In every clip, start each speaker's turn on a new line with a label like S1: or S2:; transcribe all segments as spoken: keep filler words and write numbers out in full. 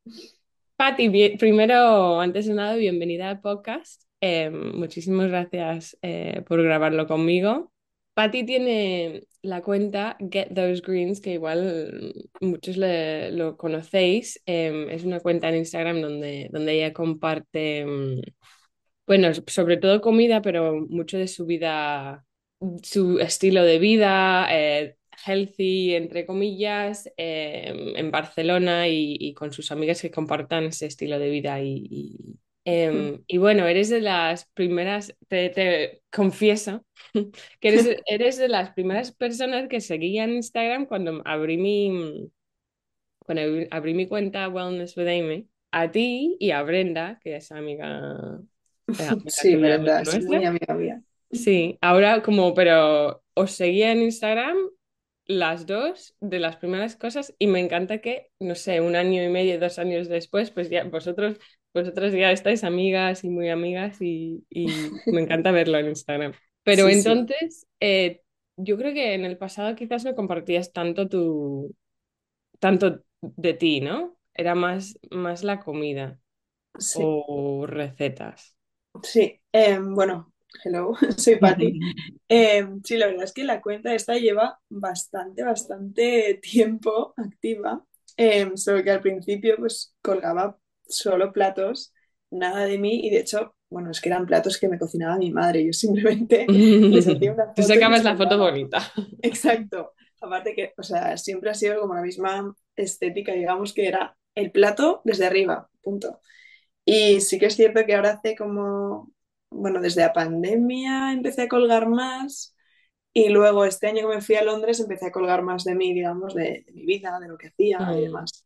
S1: Pati, bien- primero, antes de nada, bienvenida al podcast. Eh, muchísimas gracias eh, por grabarlo conmigo. Pati tiene la cuenta Get Those Greens, que igual muchos le- lo conocéis. Eh, es una cuenta en Instagram donde, donde ella comparte, mm, bueno, sobre todo comida, pero mucho de su vida, su estilo de vida, eh, healthy, entre comillas, eh, en Barcelona y, y con sus amigas que compartan ese estilo de vida. Y, y, em, y bueno, eres de las primeras, te, te confieso, que eres, eres de las primeras personas que seguía en Instagram cuando abrí mi, cuando abrí abrí mi cuenta Wellness with Amy. A ti y a Brenda, que es amiga, eh, amiga
S2: Sí,
S1: tuya, amiga
S2: Brenda, es muy
S1: nuestra.
S2: amiga mía.
S1: Sí, ahora como, pero os seguía en Instagram las dos de las primeras cosas y me encanta que, no sé, un año y medio, dos años después, pues ya vosotros, vosotros ya estáis amigas y muy amigas y, y me encanta verlo en Instagram. Pero
S2: Sí, sí,
S1: entonces, eh, yo creo que en el pasado quizás no compartías tanto tu, tanto de ti, ¿no? Era más, más la comida
S2: sí,
S1: o recetas.
S2: sí. Em, bueno, hello, soy Patti. Em, sí, la verdad es que la cuenta esta lleva bastante, bastante tiempo activa. Em, solo que al principio pues colgaba solo platos, nada de mí y de hecho, bueno, es que eran platos que me cocinaba mi madre. Yo simplemente les hacía una
S1: Tú
S2: foto y
S1: sacabas
S2: les
S1: la foto
S2: mandaba.
S1: bonita.
S2: Exacto. Aparte que, o sea, siempre ha sido como la misma estética, digamos, que era el plato desde arriba, punto. Y sí que es cierto que ahora hace como, bueno, desde la pandemia empecé a colgar más y luego este año que me fui a Londres empecé a colgar más de mí, digamos, de, de mi vida, de lo que hacía y
S1: Mm,
S2: demás.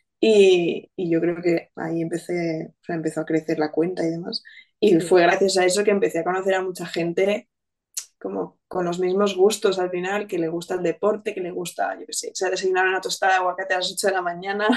S2: Y, y yo creo que ahí empecé, o sea, empezó a crecer la cuenta y demás. Y
S1: sí.
S2: fue gracias a eso que empecé a conocer a mucha gente como con los mismos gustos al final, que le gusta el deporte, que le gusta, yo qué sé, se desayunar una tostada de aguacate a las ocho de la mañana.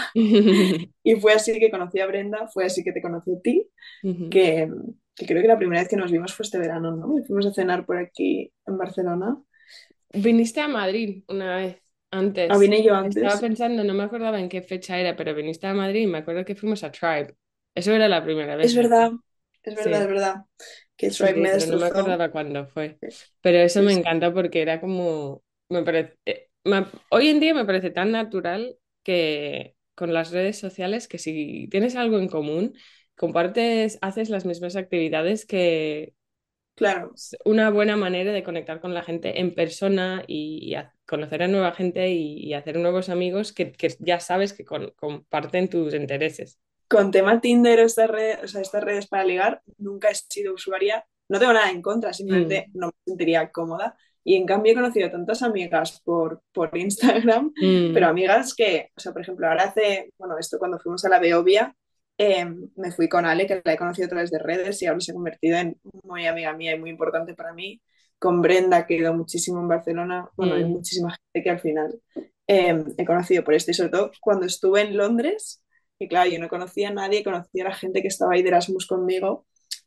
S2: Y fue así que conocí a Brenda, fue así que te conocí a ti,
S1: Ujú.
S2: que, que creo que la primera vez que nos vimos fue este verano, ¿no? Y fuimos a cenar por aquí en Barcelona.
S1: Viniste a Madrid una vez
S2: Ah,
S1: antes.
S2: vine yo
S1: Estaba
S2: antes.
S1: pensando, no me acordaba en qué fecha era, pero viniste a Madrid y me acuerdo que fuimos a Tribe. Eso era la primera
S2: Es
S1: vez, ¿verdad?
S2: verdad, es verdad, es
S1: Sí,
S2: verdad que
S1: sí,
S2: Tribe
S1: sí,
S2: me
S1: pero no me
S2: destrozó.
S1: acordaba cuándo fue. Pero eso
S2: Sí,
S1: me
S2: sí.
S1: encanta porque era como, me parece, eh, me- hoy en día me parece tan natural que con las redes sociales que si tienes algo en común, compartes, haces las mismas actividades que
S2: Claro,
S1: es una buena manera de conectar con la gente en persona y, y a- conocer a nueva gente y, y hacer nuevos amigos que, que ya sabes que con- comparten tus intereses.
S2: con tema Tinder o estas redes, o sea, estas redes para ligar, nunca he sido usuaria. No tengo nada en contra, simplemente
S1: Mm,
S2: no me sentiría cómoda. Y en cambio he conocido tantas amigas por, por Instagram, pero
S1: mm,
S2: amigas que, o sea, por ejemplo, ahora hace, bueno, esto cuando fuimos a la Beovia, eh, me fui con Ale, que la he conocido a través de redes y ahora se ha convertido en muy amiga mía y muy importante para mí. Con Brenda, que he ido muchísimo en Barcelona, bueno, hay
S1: mm.
S2: muchísima gente que al final eh, he conocido por esto y sobre todo cuando estuve en Londres que claro, yo no conocía a nadie, conocía a la gente que estaba ahí de Erasmus conmigo.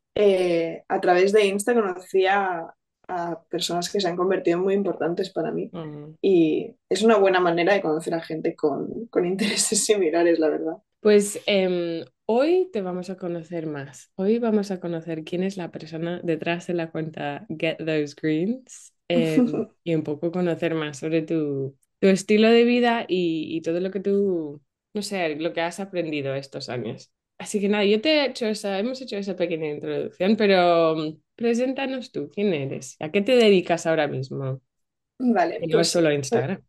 S2: Eh, a través de Insta conocía a, a personas que se han convertido en muy importantes para mí.
S1: Mm.
S2: Y es una buena manera de conocer a gente con, con intereses similares, la verdad.
S1: Pues em, hoy te vamos a conocer más. Hoy vamos a conocer quién es la persona detrás de la cuenta Get Those Greens em, y un poco conocer más sobre tu, tu estilo de vida y, y todo lo que tú, no sé, lo que has aprendido estos años. Así que nada, yo te he hecho esa, hemos hecho esa pequeña introducción, pero mm, preséntanos tú, ¿quién eres? ¿A qué te dedicas ahora mismo?
S2: Vale,
S1: Que no es
S2: pues
S1: solo Instagram.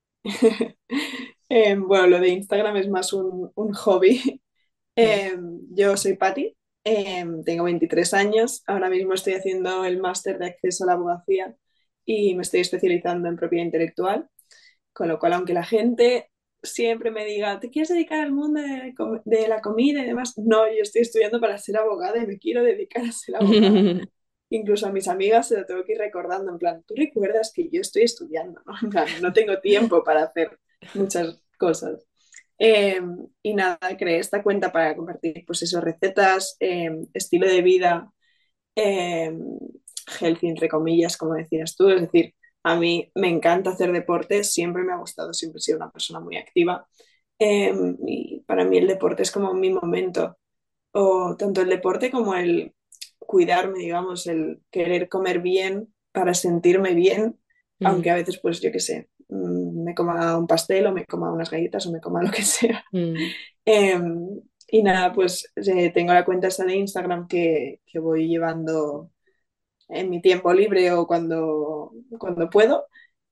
S2: eh, bueno, lo de Instagram es más un, un hobby.
S1: Mm,
S2: Eh, yo soy Patti, eh, tengo veintitrés años, ahora mismo estoy haciendo el máster de acceso a la abogacía y me estoy especializando en propiedad intelectual, con lo cual aunque la gente siempre me diga, ¿te quieres dedicar al mundo de, com- de la comida y demás? No, yo estoy estudiando para ser abogada y me quiero dedicar a ser abogada. Incluso a mis amigas se lo tengo que ir recordando, en plan, tú recuerdas que yo estoy estudiando, ¿no? En plan, no tengo tiempo para hacer muchas cosas. Eh, y nada, creé esta cuenta para compartir, pues eso, recetas, eh, estilo de vida, eh, healthy, entre comillas, como decías tú. Es decir, a mí me encanta hacer deporte, siempre me ha gustado, siempre he sido una persona muy activa. Eh, y para mí el deporte es como mi momento, o tanto el deporte como el cuidarme, digamos, el querer comer bien para sentirme bien,
S1: Mm,
S2: aunque a veces, pues yo qué sé, mm, me coma un pastel o me coma unas galletas o me coma lo que sea.
S1: mm,
S2: Em, y nada, pues eh, tengo la cuenta esta de Instagram que, que voy llevando en mi tiempo libre o cuando, cuando puedo.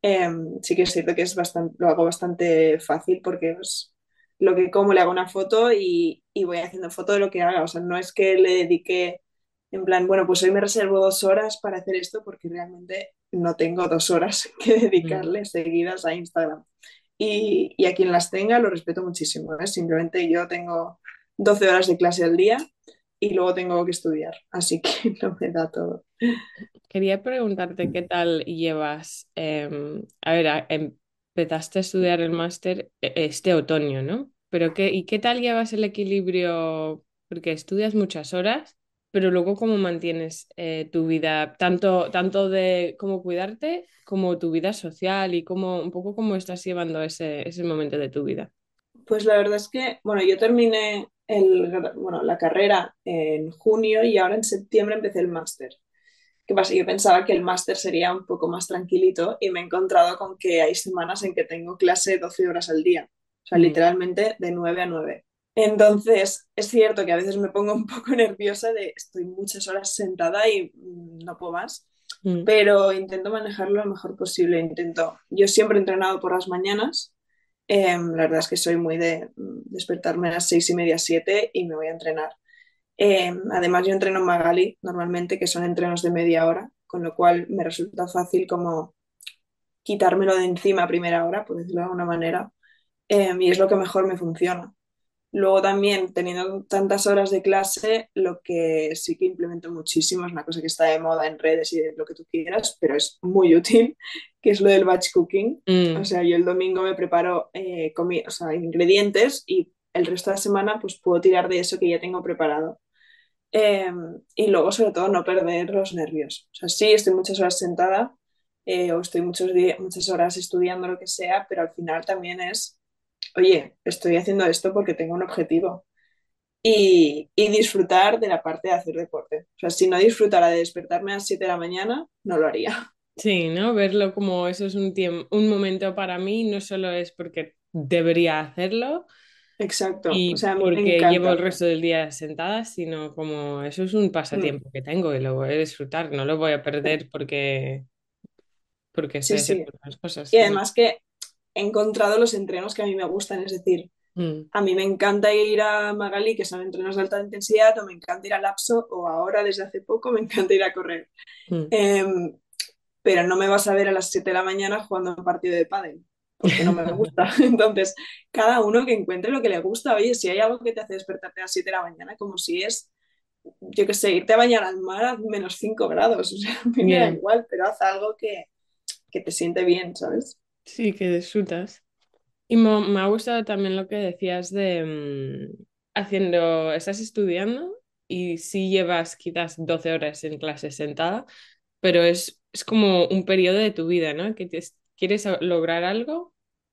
S2: Em, sí que es cierto que es bastante, lo hago bastante fácil porque pues, lo que como le hago una foto y, y voy haciendo foto de lo que haga. O sea, no es que le dedique en plan, bueno, pues hoy me reservo dos horas para hacer esto porque realmente no tengo dos horas que
S1: mm.
S2: dedicarle seguidas a Instagram. Y, y a quien las tenga lo respeto muchísimo, ¿eh? Simplemente yo tengo doce horas de clase al día y luego tengo que estudiar, así que no me da todo.
S1: Quería preguntarte qué tal llevas. Em, a ver, a- empezaste a estudiar el máster e- este otoño, ¿no? Pero qué, ¿y qué tal llevas el equilibrio? Porque estudias muchas horas, pero luego cómo mantienes eh, tu vida, tanto, tanto de cómo cuidarte como tu vida social y cómo, un poco cómo estás llevando ese, ese momento de tu vida.
S2: Pues la verdad es que, bueno, yo terminé el, bueno, la carrera en junio y ahora en septiembre empecé el máster. ¿Qué pasa? Yo pensaba que el máster sería un poco más tranquilito y me he encontrado con que hay semanas en que tengo clase doce horas al día, o sea,
S1: Mm,
S2: literalmente de nueve a nueve. Entonces, es cierto que a veces me pongo un poco nerviosa de estoy muchas horas sentada y mm, no puedo más,
S1: mm,
S2: pero intento manejarlo lo mejor posible. Intento, yo siempre he entrenado por las mañanas. Eh, la verdad es que soy muy de mm, despertarme a las seis y media, siete y me voy a entrenar. Eh, además, yo entreno en Magali normalmente, que son entrenos de media hora, con lo cual me resulta fácil como quitármelo de encima a primera hora, por decirlo de alguna manera, eh, y es lo que mejor me funciona. Luego también, teniendo tantas horas de clase, lo que sí que implemento muchísimo es una cosa que está de moda en redes y de lo que tú quieras, pero es muy útil, que es lo del batch cooking. O
S1: mm.
S2: sea, yo el domingo me preparo eh, comi- o sea, ingredientes y el resto de la semana pues puedo tirar de eso que ya tengo preparado. Eh, y luego, sobre todo, no perder los nervios. O sea, sí, estoy muchas horas sentada eh, o estoy muchos días, muchas horas estudiando lo que sea, pero al final también es, oye, estoy haciendo esto porque tengo un objetivo y, y disfrutar de la parte de hacer deporte. O sea, si no disfrutara de despertarme a las siete de la mañana, no lo haría.
S1: Sí, ¿no? Verlo como eso es un tiempo, un momento para mí, no solo es porque debería hacerlo,
S2: Exacto. O
S1: y
S2: sea, a mí me
S1: porque llevo el
S2: encanta.
S1: resto del día sentada, sino como eso es un
S2: Mm,
S1: pasatiempo que tengo y lo voy a disfrutar, no lo voy a perder porque, porque
S2: sí,
S1: estoy haciendo
S2: sí.
S1: otras cosas,
S2: Y
S1: sino...
S2: además que he encontrado los entrenos que a mí me gustan, es decir,
S1: Mm,
S2: a mí me encanta ir a Magali, que son entrenos de alta intensidad, o me encanta ir a Lapso, o ahora desde hace poco me encanta ir a correr.
S1: mm.
S2: Eh, pero no me vas a ver a las siete de la mañana jugando un partido de pádel, porque no me gusta. Entonces, cada uno que encuentre lo que le gusta. Oye, si hay algo que te hace despertarte a las siete de la mañana, como si es, yo qué sé, irte a bañar al mar a menos cinco grados, o sea, a mí me da
S1: Ya,
S2: igual, pero haz algo que, que te siente bien, ¿sabes?
S1: sí, que disfrutas. Y mo- me, ha gustado también lo que decías de mm, haciendo, estás estudiando y sí llevas quizás doce horas en clase sentada, pero es, es como un periodo de tu vida, ¿no? Que te- quieres a- lograr algo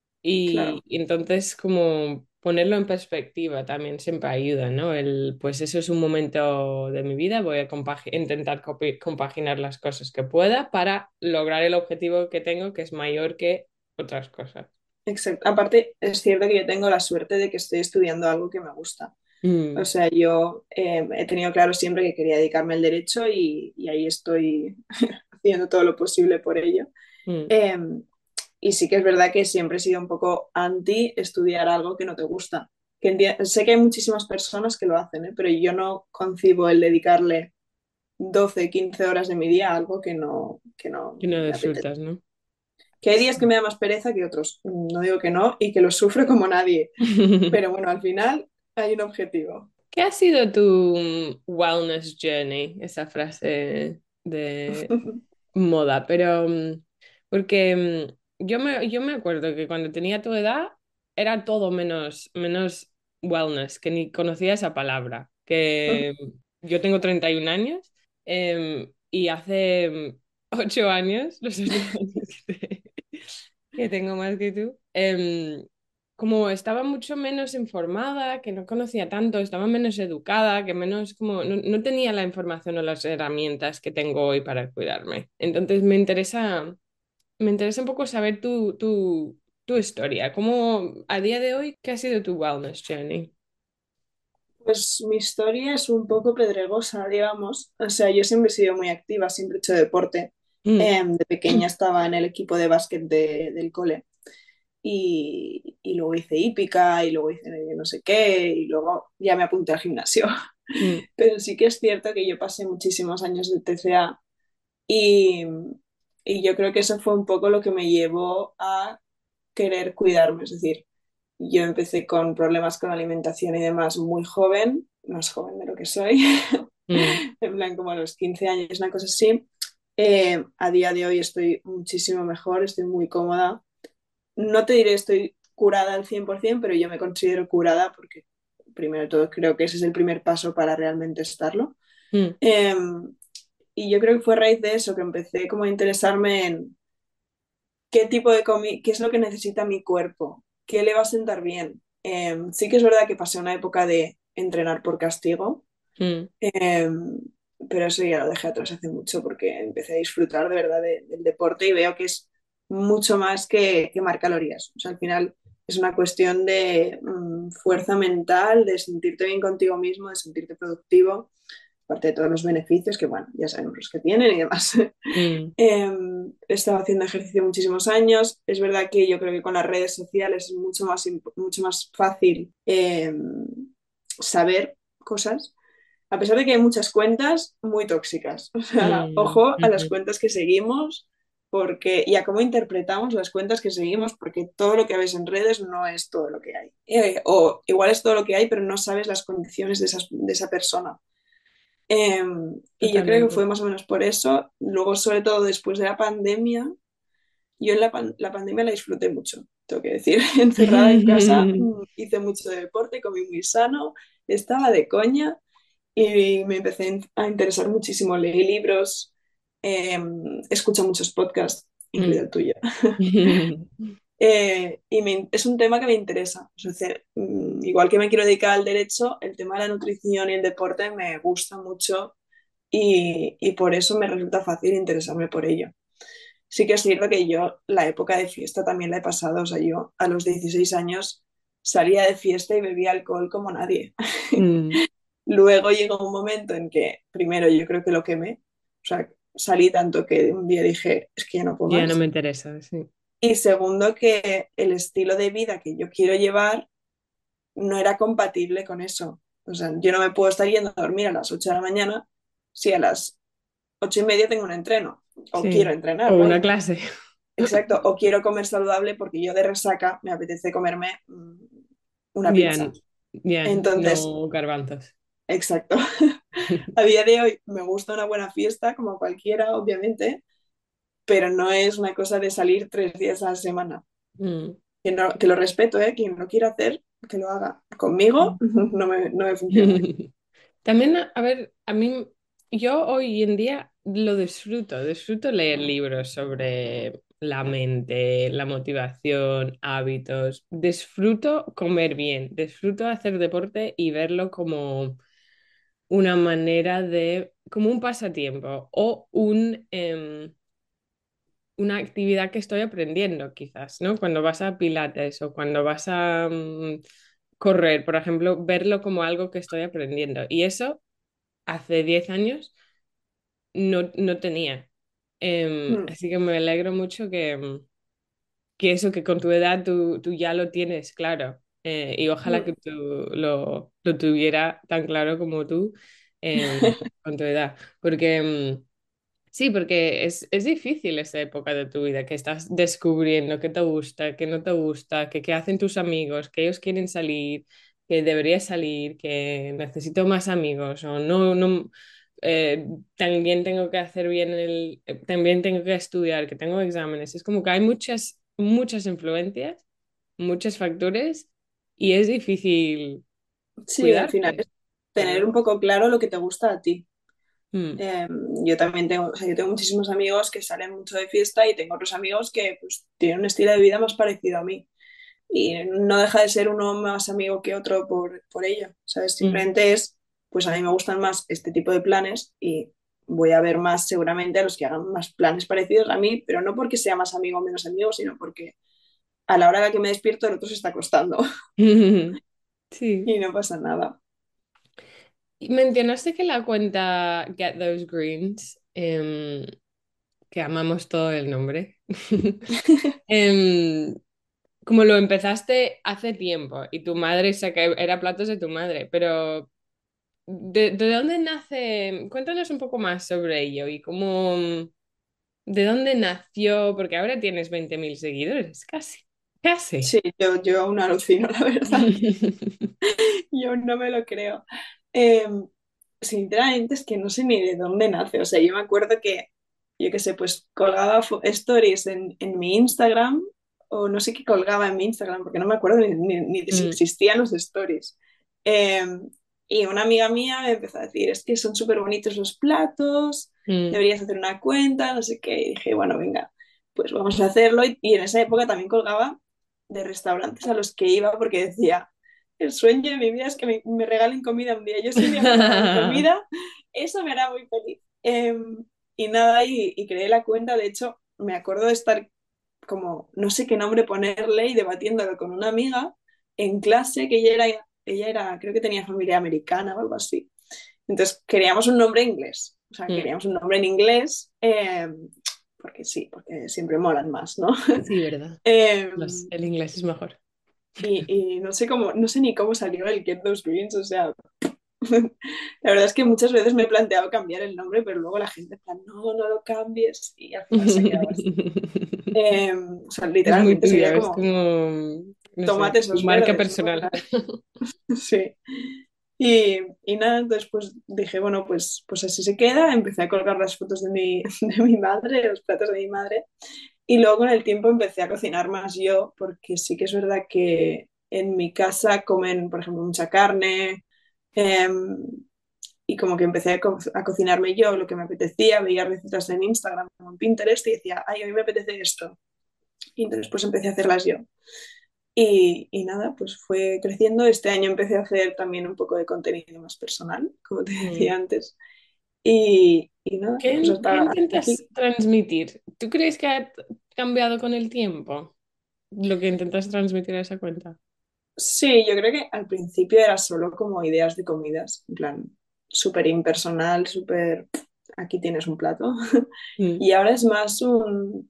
S1: y,
S2: Claro,
S1: y entonces como ponerlo en perspectiva también siempre ayuda, ¿no? El, pues eso es un momento de mi vida, voy a compagi- intentar copi- compaginar las cosas que pueda para lograr el objetivo que tengo, que es mayor que otras cosas.
S2: exacto. Aparte, es cierto que yo tengo la suerte de que estoy estudiando algo que me gusta. O
S1: Mm,
S2: sea, yo eh, he tenido claro siempre que quería dedicarme al derecho y, y ahí estoy haciendo todo lo posible por ello.
S1: mm.
S2: Eh, y sí que es verdad que siempre he sido un poco anti estudiar algo que no te gusta. Que enti- sé que hay muchísimas personas que lo hacen, ¿eh? Pero yo no concibo el dedicarle doce quince horas de mi día a algo que no, que no
S1: Y no
S2: me apetece.
S1: disfrutas, ¿no?
S2: Que hay días que me da más pereza que otros, no digo que no, y que lo sufro como nadie, pero bueno, al final hay un objetivo.
S1: ¿Qué ha sido tu mm, wellness journey? Esa frase de moda, pero mm, porque mm, yo me, yo me acuerdo que cuando tenía tu edad era todo menos, menos wellness, que ni conocía esa palabra, que mm, yo tengo treinta y un años em, y hace ocho años, los ocho años que, te- que tengo más que tú, em, como estaba mucho menos informada, que no conocía tanto, estaba menos educada, que menos como no, no tenía la información o las herramientas que tengo hoy para cuidarme. Entonces me interesa, me interesa un poco saber tu, tu, tu historia. ¿Cómo a día de hoy, qué ha sido tu wellness journey?
S2: Pues mi historia es un poco pedregosa, digamos. O sea, yo siempre he sido muy activa, siempre he hecho deporte.
S1: Mm,
S2: Em, de pequeña estaba en el equipo de básquet de- del cole y, y luego hice hípica y luego hice no sé qué y luego ya me apunté al gimnasio.
S1: mm,
S2: Pero sí que es cierto que yo pasé muchísimos años de T C A y, y yo creo que eso fue un poco lo que me llevó a querer cuidarme. Es decir, yo empecé con problemas con la alimentación y demás muy joven, más joven de lo que soy,
S1: mm,
S2: en plan como a los quince años, una cosa así. Eh, a día de hoy estoy muchísimo mejor, estoy muy cómoda. No te diré estoy curada al cien por ciento, pero yo me considero curada porque, primero de todo, creo que ese es el primer paso para realmente estarlo.
S1: mm,
S2: Eh, y yo creo que fue a raíz de eso que empecé como a interesarme en qué tipo de comida, qué es lo que necesita mi cuerpo, qué le va a sentar bien. Eh, sí que es verdad que pasé una época de entrenar por castigo,
S1: mm,
S2: eh, pero eso ya lo dejé atrás hace mucho porque empecé a disfrutar de verdad de- del deporte y veo que es mucho más que quemar calorías. O sea, al final es una cuestión de mm, fuerza mental, de sentirte bien contigo mismo, de sentirte productivo, aparte de todos los beneficios que, bueno, ya sabemos los que tienen y demás.
S1: mm,
S2: Eh, he estado haciendo ejercicio muchísimos años. Es verdad que yo creo que con las redes sociales es mucho más, imp- mucho más fácil eh, saber cosas, a pesar de que hay muchas cuentas muy tóxicas. O sea,
S1: mm,
S2: ojo a las
S1: ujú.
S2: cuentas que seguimos porque, y a cómo interpretamos las cuentas que seguimos, porque todo lo que ves en redes no es todo lo que hay. Eh, o igual es todo lo que hay, pero no sabes las condiciones de, esas, de esa persona. Eh, y yo creo que
S1: Totalmente.
S2: fue más o menos por eso. Luego, sobre todo después de la pandemia, yo en la, pan- la pandemia la disfruté mucho, tengo que decir. Encerrada en casa, mm, hice mucho deporte, comí muy sano, estaba de coña y me empecé a interesar muchísimo. Leí libros, eh, escucho muchos podcasts, incluido
S1: Mm.
S2: el tuyo. Eh, y me- es un tema que me interesa. Es decir, mm, igual que me quiero dedicar al derecho, el tema de la nutrición y el deporte me gusta mucho y, y por eso me resulta fácil interesarme por ello. Sí que es cierto que yo la época de fiesta también la he pasado, o sea, yo a los dieciséis años salía de fiesta y bebía alcohol como nadie.
S1: Mm.
S2: Luego llegó un momento en que, primero, yo creo que lo quemé, o sea, salí tanto que un día dije, es que ya no puedo
S1: Ya no me
S2: más.
S1: interesa, sí.
S2: Y segundo, que el estilo de vida que yo quiero llevar no era compatible con eso. O sea, yo no me puedo estar yendo a dormir a las ocho de la mañana si a las ocho y media tengo un entreno o quiero
S1: Sí. O
S2: entrenar,
S1: una
S2: vaya.
S1: clase.
S2: Exacto, o quiero comer saludable porque yo de resaca me apetece comerme mm, una pizza.
S1: Bien, bien,
S2: Entonces,
S1: no garbanzos.
S2: exacto. A día de hoy me gusta una buena fiesta, como cualquiera, obviamente, pero no es una cosa de salir tres días a la semana.
S1: Mm.
S2: Que, no, que lo respeto, ¿eh? Quien lo quiera hacer, que lo haga. Conmigo no me, no me funciona.
S1: También, a ver, a mí, yo hoy en día lo disfruto, disfruto leer libros sobre la mente, la motivación, hábitos, disfruto comer bien, disfruto hacer deporte y verlo como una manera de, como un pasatiempo o un, em, una actividad que estoy aprendiendo, quizás, ¿no? Cuando vas a Pilates o cuando vas a mm, correr, por ejemplo, verlo como algo que estoy aprendiendo. Y eso hace diez años no, no tenía. Em,
S2: Mm,
S1: así que me alegro mucho que, mm, que eso, que con tu edad tú, tú ya lo tienes claro. Eh, y ojalá
S2: mm.
S1: que tú lo, lo tuviera tan claro como tú em, con tu edad. Porque... mm, sí, porque es, es difícil esa época de tu vida, que estás descubriendo qué te gusta, qué no te gusta, que qué hacen tus amigos, que ellos quieren salir, que deberías salir, que necesito más amigos, o no, no, eh, también tengo que hacer bien el, eh, también tengo que estudiar, que tengo exámenes. Es como que hay muchas, muchas influencias, muchos factores, y es difícil
S2: Sí, al final
S1: cuidarte,
S2: es tener un
S1: ¿verdad?
S2: poco claro lo que te gusta a ti.
S1: Mm,
S2: Eh, yo también tengo, o sea, yo tengo muchísimos amigos que salen mucho de fiesta y tengo otros amigos que pues, tienen un estilo de vida más parecido a mí. y no deja de ser uno más amigo que otro por, por ello, ¿sabes?
S1: Mm.
S2: Simplemente es, pues a mí me gustan más este tipo de planes y voy a ver más seguramente a los que hagan más planes parecidos a mí, pero no porque sea más amigo o menos amigo, sino porque a la hora de la que me despierto el otro se está acostando
S1: Sí.
S2: y no pasa nada.
S1: Y mencionaste que la cuenta Get Those Greens, em, que amamos todo el nombre, em, como lo empezaste hace tiempo y tu madre, sé que era platos de tu madre, pero ¿de, de dónde nace? Cuéntanos un poco más sobre ello y cómo, ¿de dónde nació? Porque ahora tienes veinte mil seguidores, casi, casi.
S2: Sí, yo, yo aún alucino, la verdad. Yo no me lo creo. Eh, Sinceramente es que no sé ni de dónde nace. O sea, yo me acuerdo que, yo qué sé, pues colgaba fo- stories en, en mi Instagram o no sé qué colgaba en mi Instagram porque no me acuerdo ni, ni- ni de si
S1: Mm,
S2: existían los stories. Eh, y una amiga mía me empezó a decir, es que son súper bonitos los platos,
S1: mm.
S2: deberías hacer una cuenta, no sé qué. Y dije, bueno, venga, pues vamos a hacerlo. Y, y en esa época también colgaba de restaurantes a los que iba porque decía, el sueño de mi vida es que me, me regalen comida un día. Yo si un día me regalan comida, eso me hará muy feliz. Eh, y nada, y, y creé la cuenta. De hecho, me acuerdo de estar como, no sé qué nombre ponerle y debatiéndolo con una amiga en clase, que ella era, ella era, creo que tenía familia americana o algo así. Entonces, queríamos un nombre inglés. O sea,
S1: Mm.
S2: queríamos un nombre en inglés, eh, porque sí, porque siempre molan más, ¿no?
S1: Sí, ¿verdad?
S2: Eh,
S1: Los- el inglés es mejor.
S2: y, y no sé cómo, no sé ni cómo salió el Get Those Greens, o sea, la verdad es que muchas veces me he planteado cambiar el nombre, pero luego la gente está, no, no lo cambies, y al final se ha quedado así. Eh, o sea,
S1: Es muy
S2: literalmente
S1: tuyo,
S2: sería
S1: es
S2: como
S1: como, no sé, tu
S2: tomates
S1: marca
S2: verdes, ¿no? O
S1: personal.
S2: sea, sí. Y, y nada, entonces pues dije, bueno, pues, pues así se queda. Empecé a colgar las fotos de mi, de mi madre, los platos de mi madre. Y luego con el tiempo empecé a cocinar más yo, porque sí que es verdad que en mi casa comen, por ejemplo, mucha carne. eh, y como que empecé a, co- a cocinarme yo lo que me apetecía, veía recetas en Instagram o en Pinterest y decía, ay, hoy me apetece esto. Y entonces pues empecé a hacerlas yo. Y, y nada, pues fue creciendo. Este año empecé a hacer también un poco de contenido más personal, como te
S1: Mm.
S2: decía antes. Y, y nada, pues
S1: ¿Qué, qué
S2: hasta, hasta
S1: intentas
S2: aquí.
S1: transmitir? ¿Tú crees que ha cambiado con el tiempo lo que intentas transmitir a esa cuenta?
S2: Sí, yo creo que al principio era solo como ideas de comidas, en plan, súper impersonal, súper, aquí tienes un plato.
S1: Mm,
S2: Y ahora es más un,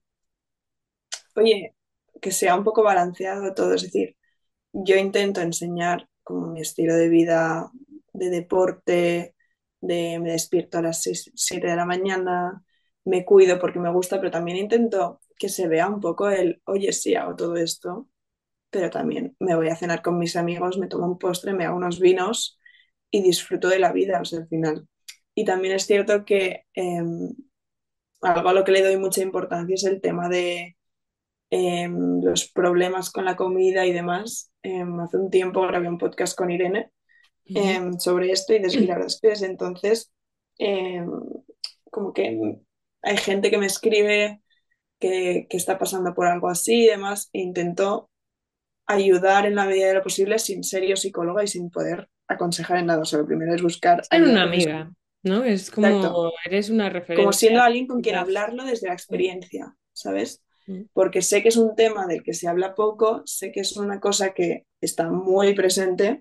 S2: oye, que sea un poco balanceado todo, es decir, yo intento enseñar como mi estilo de vida, de deporte, de me despierto a las seis siete de la mañana, me cuido porque me gusta, pero también intento que se vea un poco el, oye, sí, hago todo esto, pero también me voy a cenar con mis amigos, me tomo un postre, me hago unos vinos y disfruto de la vida, o sea, al final. Y también es cierto que eh, algo a lo que le doy mucha importancia es el tema de eh, los problemas con la comida y demás. Eh, hace un tiempo grabé un podcast con Irene
S1: ujú.
S2: eh, sobre esto y, des- y la verdad es que desde entonces eh, como que hay gente que me escribe que, que está pasando por algo así y demás e intento ayudar en la medida de lo posible sin ser yo psicóloga y sin poder aconsejar en nada. O sea, lo primero es buscar
S1: Ser
S2: ayuda
S1: una
S2: profesional.
S1: amiga, ¿no? Es
S2: Exacto.
S1: como eres una
S2: Como siendo
S1: referencia,
S2: alguien con quien
S1: quizás.
S2: hablarlo desde la
S1: Sí.
S2: experiencia, ¿sabes?
S1: Mm,
S2: Porque sé que es un tema del que se habla poco, sé que es una cosa que está muy presente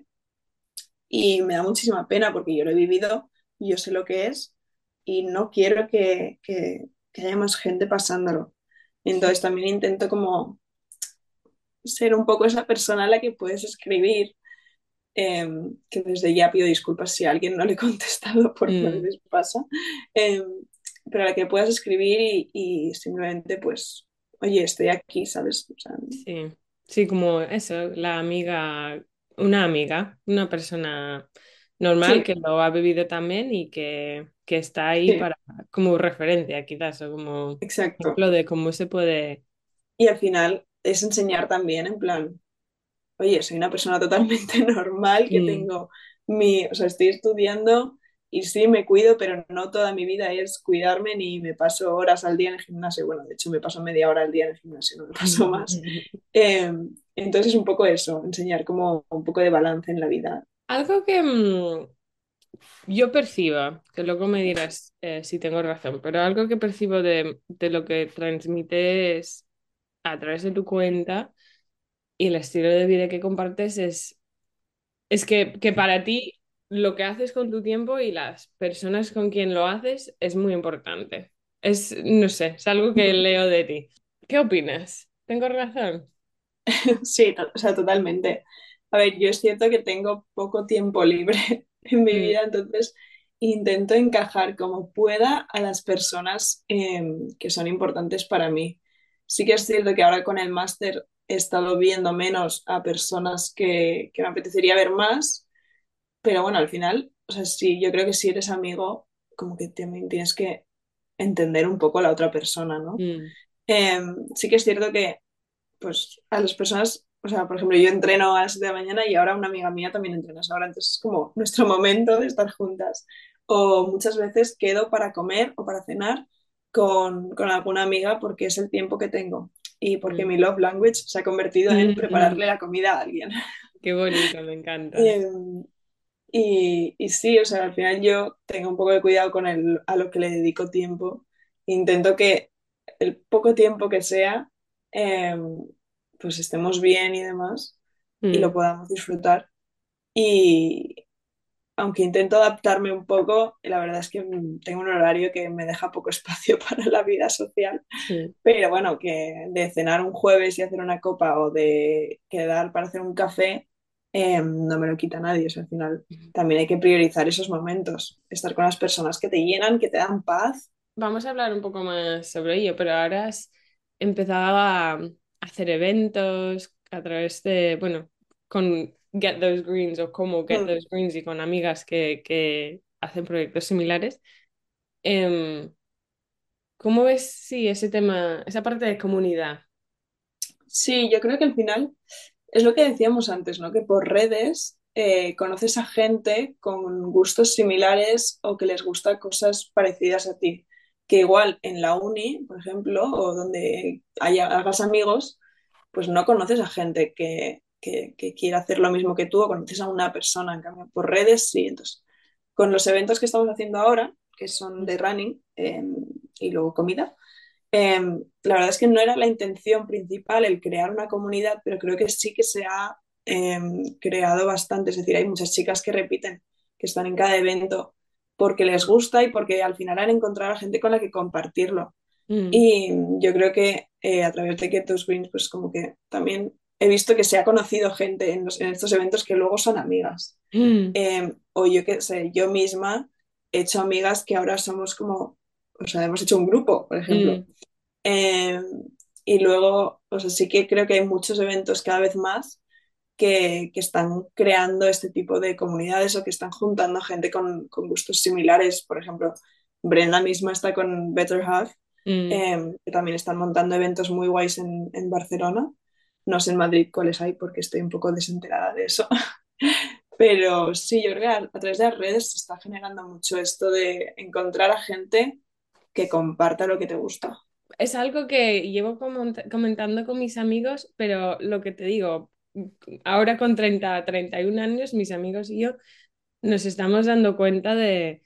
S2: y me da muchísima pena porque yo lo he vivido, yo sé lo que es y no quiero que, que, que haya más gente pasándolo. Entonces también intento como ser un poco esa persona a la que puedes escribir, eh, que desde ya pido disculpas si a alguien no le he contestado porque a
S1: mm,
S2: veces pasa, eh, pero a la que puedas escribir y, y simplemente pues, oye, estoy aquí, ¿sabes? O sea,
S1: sí, sí, como eso, la amiga, una amiga, una persona normal
S2: sí,
S1: que lo ha vivido también y que, que está ahí
S2: sí,
S1: para, como referencia, quizás, o como
S2: exacto.
S1: ejemplo de cómo se puede.
S2: Y al final es enseñar también en plan, oye, soy una persona totalmente normal que
S1: Mm,
S2: tengo mi, o sea, estoy estudiando y sí me cuido, pero no toda mi vida es cuidarme ni me paso horas al día en el gimnasio. Bueno, de hecho me paso media hora al día en el gimnasio, no me paso más. Eh, entonces es un poco eso, enseñar como un poco de balance en la vida.
S1: Algo que mm, yo percibo, que luego me dirás eh, si tengo razón, pero algo que percibo de, de lo que transmites a través de tu cuenta y el estilo de vida que compartes es, es que, que para ti lo que haces con tu tiempo y las personas con quien lo haces es muy importante. Es, no sé, es algo que leo de ti. ¿Qué opinas? ¿Tengo razón?
S2: Sí, to- o sea, totalmente. A ver, yo es cierto que tengo poco tiempo libre en mi
S1: Mm,
S2: vida, entonces intento encajar como pueda a las personas em, que son importantes para mí. Sí que es cierto que ahora con el máster he estado viendo menos a personas que, que me apetecería ver más, pero bueno, al final, o sea, sí, yo creo que si eres amigo, como que también tienes que entender un poco a la otra persona, ¿no?
S1: mm,
S2: Em, sí que es cierto que pues a las personas, o sea, por ejemplo, yo entreno a las siete de la mañana y ahora una amiga mía también entrena a esa hora, entonces es como nuestro momento de estar juntas. O muchas veces quedo para comer o para cenar con, con alguna amiga porque es el tiempo que tengo y porque
S1: mm.
S2: mi love language se ha convertido en prepararle
S1: Mm,
S2: la comida a alguien.
S1: qué bonito, me encanta.
S2: Em, y, y sí, o sea, al final yo tengo un poco de cuidado con el, a lo que le dedico tiempo. Intento que el poco tiempo que sea, eh, pues estemos bien y demás y lo
S1: Mm,
S2: podamos disfrutar. Y aunque intento adaptarme un poco, la verdad es que mm, tengo un horario que me deja poco espacio para la vida social.
S1: sí.
S2: Pero bueno, que de cenar un jueves y hacer una copa o de quedar para hacer un café, eh, no me lo quita nadie. O sea, al final también hay que priorizar esos momentos, estar con las personas que te llenan, que te dan paz.
S1: Vamos a hablar un poco más sobre ello, pero ahora has empezado a hacer eventos a través de, bueno, con Get Those Greens o como Get
S2: Mm.
S1: Those Greens y con amigas que, que hacen proyectos similares. Em, ¿Cómo ves, sí, ese tema, esa parte de comunidad?
S2: Sí, yo creo que al final es lo que decíamos antes, ¿no? Que por redes eh, conoces a gente con gustos similares o que les gusta cosas parecidas a ti. Que igual en la uni, por ejemplo, o donde haya, hagas amigos, pues no conoces a gente que, que, que quiera hacer lo mismo que tú o conoces a una persona, en cambio, por redes sí. Entonces, con los eventos que estamos haciendo ahora, que son de running eh, y luego comida, eh, la verdad es que no era la intención principal el crear una comunidad, pero creo que sí que se ha eh, creado bastante. Es decir, hay muchas chicas que repiten, que están en cada evento porque les gusta y porque al final han encontrado a gente con la que compartirlo.
S1: Mm,
S2: Y yo creo que eh, a través de Get Those Greens, pues como que también he visto que se ha conocido gente en, los- en estos eventos que luego son amigas.
S1: mm,
S2: Eh, o yo qué sé, yo misma he hecho amigas que ahora somos como, o sea, hemos hecho un grupo, por ejemplo.
S1: mm,
S2: Eh, y luego, o sea, sí que creo que hay muchos eventos cada vez más que, que están creando este tipo de comunidades o que están juntando gente con, con gustos similares. Por ejemplo, Brenda misma está con Better Half,
S1: mm.
S2: eh, que también están montando eventos muy guays en, en Barcelona. No sé en Madrid cuáles hay porque estoy un poco desenterada de eso. Pero sí, yo creo que a, a través de las redes se está generando mucho esto de encontrar a gente que comparta lo que te gusta.
S1: Es algo que llevo comont- comentando con mis amigos, pero lo que te digo, ahora con treinta treinta y un años, mis amigos y yo nos estamos dando cuenta de,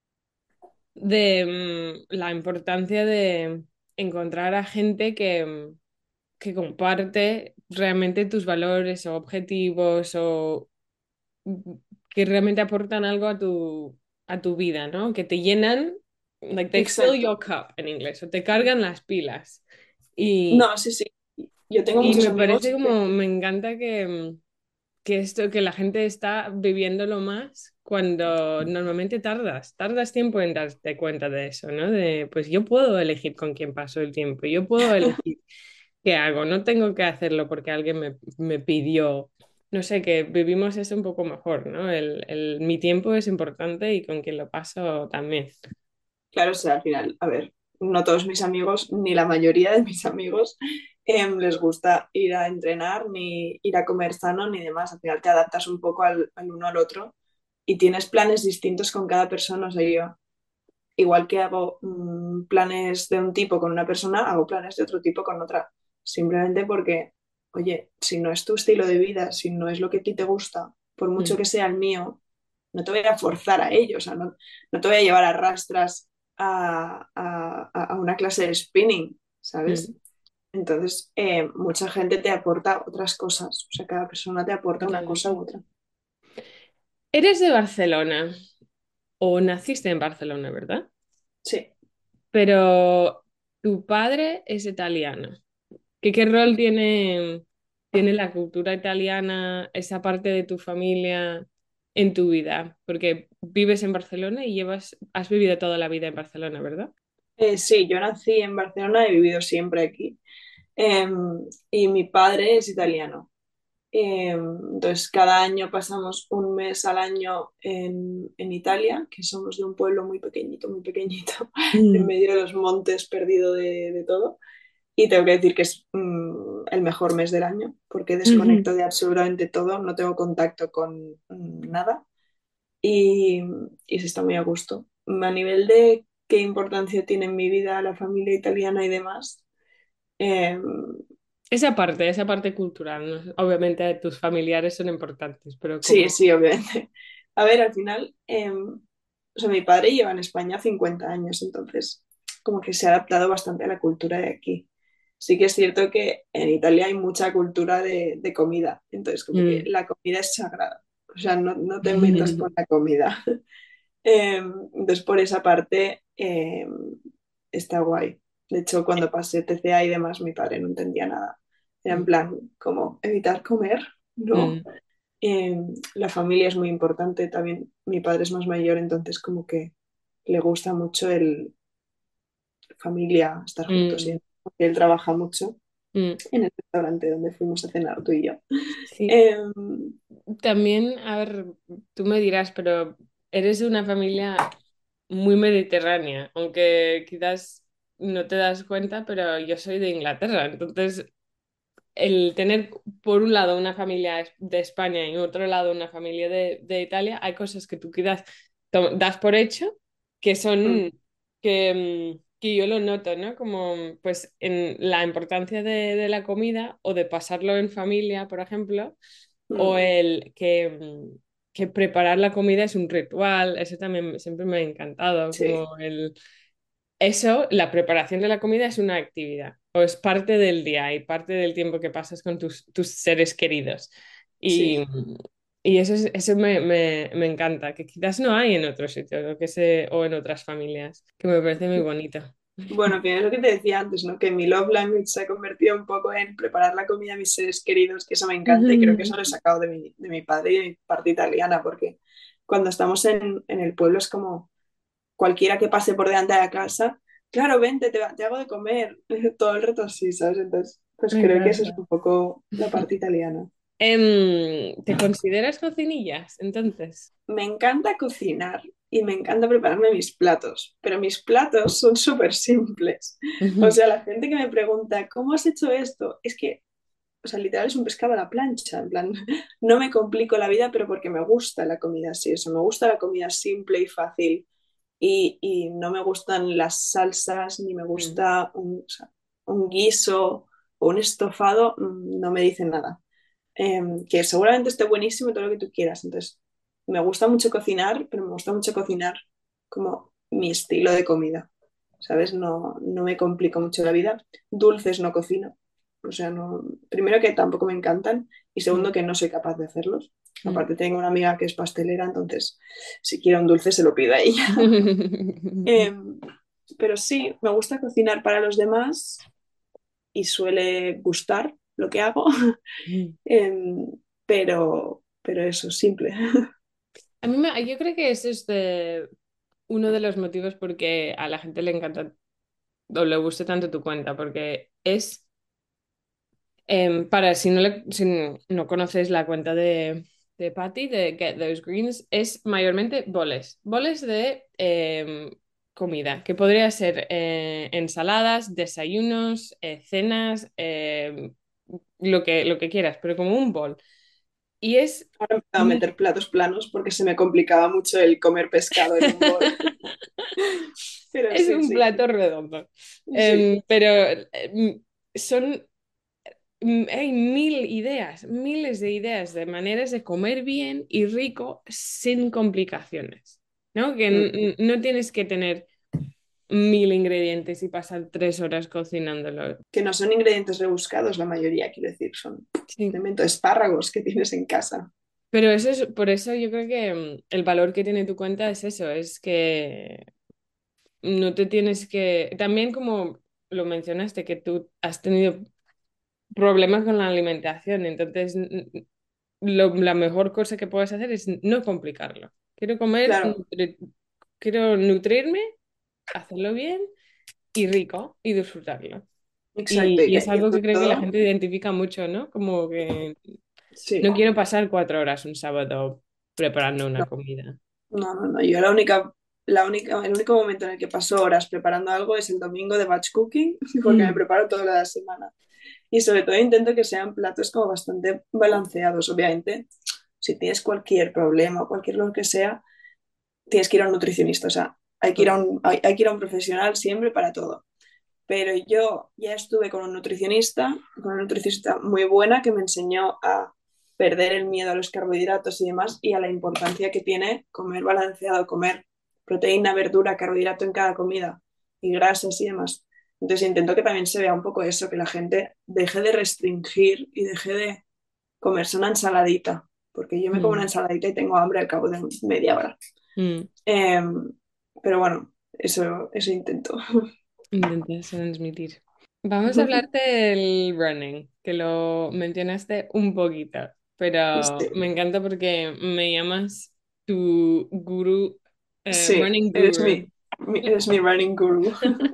S1: de mm, la importancia de encontrar a gente que, mm, que comparte realmente tus valores o objetivos o mm, que realmente aportan algo a tu, a tu vida, ¿no? Que te llenan, like they fill
S2: Exacto.
S1: your cup en inglés, o te cargan las pilas. Y,
S2: No, sí, sí. Yo tengo
S1: y
S2: muchos
S1: me parece
S2: amigos que,
S1: como, me encanta que, mm, que esto, que la gente está viviéndolo más cuando normalmente tardas, tardas tiempo en darte cuenta de eso, ¿no? De, pues yo puedo elegir con quién paso el tiempo, yo puedo elegir qué hago, no tengo que hacerlo porque alguien me, me pidió, no sé, que vivimos eso un poco mejor, ¿no? El, el, mi tiempo es importante y con quien lo paso también.
S2: claro, o sea, al final, a ver, no todos mis amigos, ni la mayoría de mis amigos, em, les gusta ir a entrenar, ni ir a comer sano, ni demás. Al final te adaptas un poco al, al uno al otro. y tienes planes distintos con cada persona. O sea, yo, igual que hago mm, planes de un tipo con una persona, hago planes de otro tipo con otra. Simplemente porque, oye, si no es tu estilo de vida, si no es lo que a ti te gusta, por mucho
S1: Mm,
S2: que sea el mío, no te voy a forzar a ello. O sea, no, no te voy a llevar a rastras a, a- a una clase de spinning, ¿sabes?
S1: mm.
S2: Entonces, eh, mucha gente te aporta otras cosas. O sea, cada persona te aporta una cosa
S1: Totalmente.
S2: u otra.
S1: Eres de Barcelona o naciste en Barcelona, ¿verdad?
S2: Sí.
S1: Pero tu padre es italiano. ¿Qué, qué rol tiene, tiene la cultura italiana, esa parte de tu familia en tu vida? Porque vives en Barcelona y llevas, has vivido toda la vida en Barcelona, ¿verdad?
S2: Eh, sí, yo nací en Barcelona, he vivido siempre aquí. Eh, y mi padre es italiano. Eh, entonces, cada año pasamos un mes al año en, en Italia, que somos de un pueblo muy pequeñito, muy pequeñito, en
S1: Mm,
S2: medio de los montes, perdido de, de todo. Y tengo que decir que es mm, el mejor mes del año, porque
S1: ujú.
S2: desconecto de absolutamente todo, no tengo contacto con mm, nada y, y se está muy a gusto. A nivel de qué importancia tiene en mi vida la familia italiana y demás, eh,
S1: Esa parte, esa parte cultural, ¿no? Obviamente tus familiares son importantes, pero
S2: sí,
S1: como...
S2: sí, obviamente. A ver, al final, eh, o sea, mi padre lleva en España cincuenta años, entonces como que se ha adaptado bastante a la cultura de aquí. Sí que es cierto que en Italia hay mucha cultura de, de comida, entonces como que
S1: Mm.
S2: la comida es sagrada, o sea, no, no te metas con la comida. Eh, entonces por esa parte eh, está guay. De hecho, cuando pasé T C A y demás, mi padre no entendía nada. Era en
S1: Mm,
S2: plan, como evitar comer, no.
S1: mm,
S2: Eh, la familia es muy importante también. Mi padre es más mayor, entonces como que le gusta mucho el familia, estar juntos.
S1: mm,
S2: Y porque él trabaja mucho
S1: mm.
S2: en el restaurante donde fuimos a cenar tú y yo.
S1: Sí,
S2: Eh,
S1: también, a ver, tú me dirás, pero eres de una familia muy mediterránea, aunque quizás no te das cuenta, pero yo soy de Inglaterra, entonces el tener por un lado una familia es- de España y otro lado una familia de, de Italia, hay cosas que tú quizás to- das por hecho que
S2: mm,
S1: son, que, mm, que yo lo noto, ¿no? Como pues en la importancia de, de la comida o de pasarlo en familia, por ejemplo, o
S2: mm,
S1: el que, mm, que preparar la comida es un ritual, eso también siempre me ha encantado,
S2: sí,
S1: como el eso, la preparación de la comida es una actividad o es parte del día y parte del tiempo que pasas con tus, tus seres queridos.
S2: sí.
S1: Y, y eso, es- eso me, me, me encanta, que quizás no hay en otros sitios o, que se, o en otras familias, que me parece muy bonito.
S2: Bueno, que es lo que te decía antes, ¿no? Que mi love language se ha convertido un poco en preparar la comida a mis seres queridos, que eso me encanta y creo que eso lo he sacado de mi, de mi padre y de mi parte italiana, porque cuando estamos en, en el pueblo es como cualquiera que pase por delante de la casa, claro, vente, te, te hago de comer, todo el rato así, ¿sabes? Entonces, pues
S1: Me
S2: creo que eso es
S1: encanta.
S2: un poco la parte italiana.
S1: Em, ¿te consideras cocinillas, entonces?
S2: Me encanta cocinar y me encanta prepararme mis platos, pero mis platos son súper simples. O
S1: Ujú,
S2: sea, la gente que me pregunta, ¿cómo has hecho esto? Es que, o sea, literal es un pescado a la plancha, en plan, no me complico la vida, pero porque me gusta la comida así, eso, me gusta la comida simple y fácil y, y no me gustan las salsas, ni me
S1: mm,
S2: gusta un, o sea, un guiso o un estofado, mm, no me dicen nada eh, que seguramente esté buenísimo todo lo que tú quieras. Entonces, me gusta mucho cocinar, pero me gusta mucho cocinar como mi estilo de comida, ¿sabes? No, no me complico mucho la vida. Dulces no cocino. O sea, no, primero que tampoco me encantan y segundo
S1: mm,
S2: que no soy capaz de hacerlos.
S1: mm.
S2: Aparte tengo una amiga que es pastelera, entonces si quiero un dulce se lo pido a ella. Eh, pero sí, me gusta cocinar para los demás y suele gustar lo que hago. Em, pero, pero eso, simple.
S1: A mí me- yo creo que ese es de- uno de los motivos porque a la gente le encanta o le guste tanto tu cuenta, porque es, em, para si no, le- si no conoces la cuenta de, de Patty, de Get Those Greens, es mayormente boles, boles de em, comida, que podría ser eh, ensaladas, desayunos, eh, cenas, em, lo que, lo que quieras, pero como un bol. Y es...
S2: Ahora he empezado a meter platos planos porque se me complicaba mucho el comer pescado en un bol. Pero
S1: Es
S2: sí,
S1: un
S2: sí,
S1: plato redondo.
S2: sí,
S1: Em, pero em, son, mm, hay mil ideas, miles de ideas de maneras de comer bien y rico sin complicaciones, ¿no? Que
S2: mm,
S1: n- no tienes que tener mil ingredientes y pasar tres horas cocinándolo.
S2: que no son ingredientes rebuscados la mayoría, quiero decir, son
S1: Sí.
S2: elementos espárragos que tienes en casa.
S1: Pero eso es, por eso yo creo que mm, el valor que tiene tu cuenta es eso, es que no te tienes que... También como lo mencionaste, que tú has tenido problemas con la alimentación, entonces n- n- lo- la mejor cosa que puedes hacer es no complicarlo. Quiero comer,
S2: Claro,
S1: nutri- quiero nutrirme, hacerlo bien y rico y disfrutarlo. Y,
S2: exacto. Y,
S1: y es
S2: que- y
S1: algo que
S2: sobre
S1: creo que la
S2: todo,
S1: gente identifica mucho, ¿no? Como que
S2: sí,
S1: no quiero pasar cuatro horas un sábado preparando una
S2: no,
S1: comida.
S2: no, no, no. Yo la única, la única, el único momento en el que paso horas preparando algo es el domingo de batch cooking, porque me
S1: Mm,
S2: preparo toda la semana. Y sobre todo intento que sean platos como bastante balanceados, obviamente. Si tienes cualquier problema o cualquier lo que sea, tienes que ir a un nutricionista. O sea, hay que ir a
S1: mm,
S2: un, hay, hay que ir a un profesional siempre para todo. Pero yo ya estuve con un nutricionista, con una nutricionista muy buena que me enseñó a perder el miedo a los carbohidratos y demás y a la importancia que tiene comer balanceado, comer proteína, verdura, carbohidrato en cada comida y grasas y demás. Entonces intento que también se vea un poco eso, que la gente deje de restringir y deje de comerse una ensaladita, porque yo me como una
S1: mm,
S2: ensaladita y tengo hambre al cabo de media hora.
S1: mm.
S2: Eh, pero bueno, eso, eso intento.
S1: Intentas transmitir. Vamos a hablarte del running, que lo mencionaste un poquito, pero
S2: Sí.
S1: me encanta porque me llamas tu gurú, eh,
S2: Sí,
S1: running
S2: eres mi,
S1: guru,
S2: mi- eres mi running guru.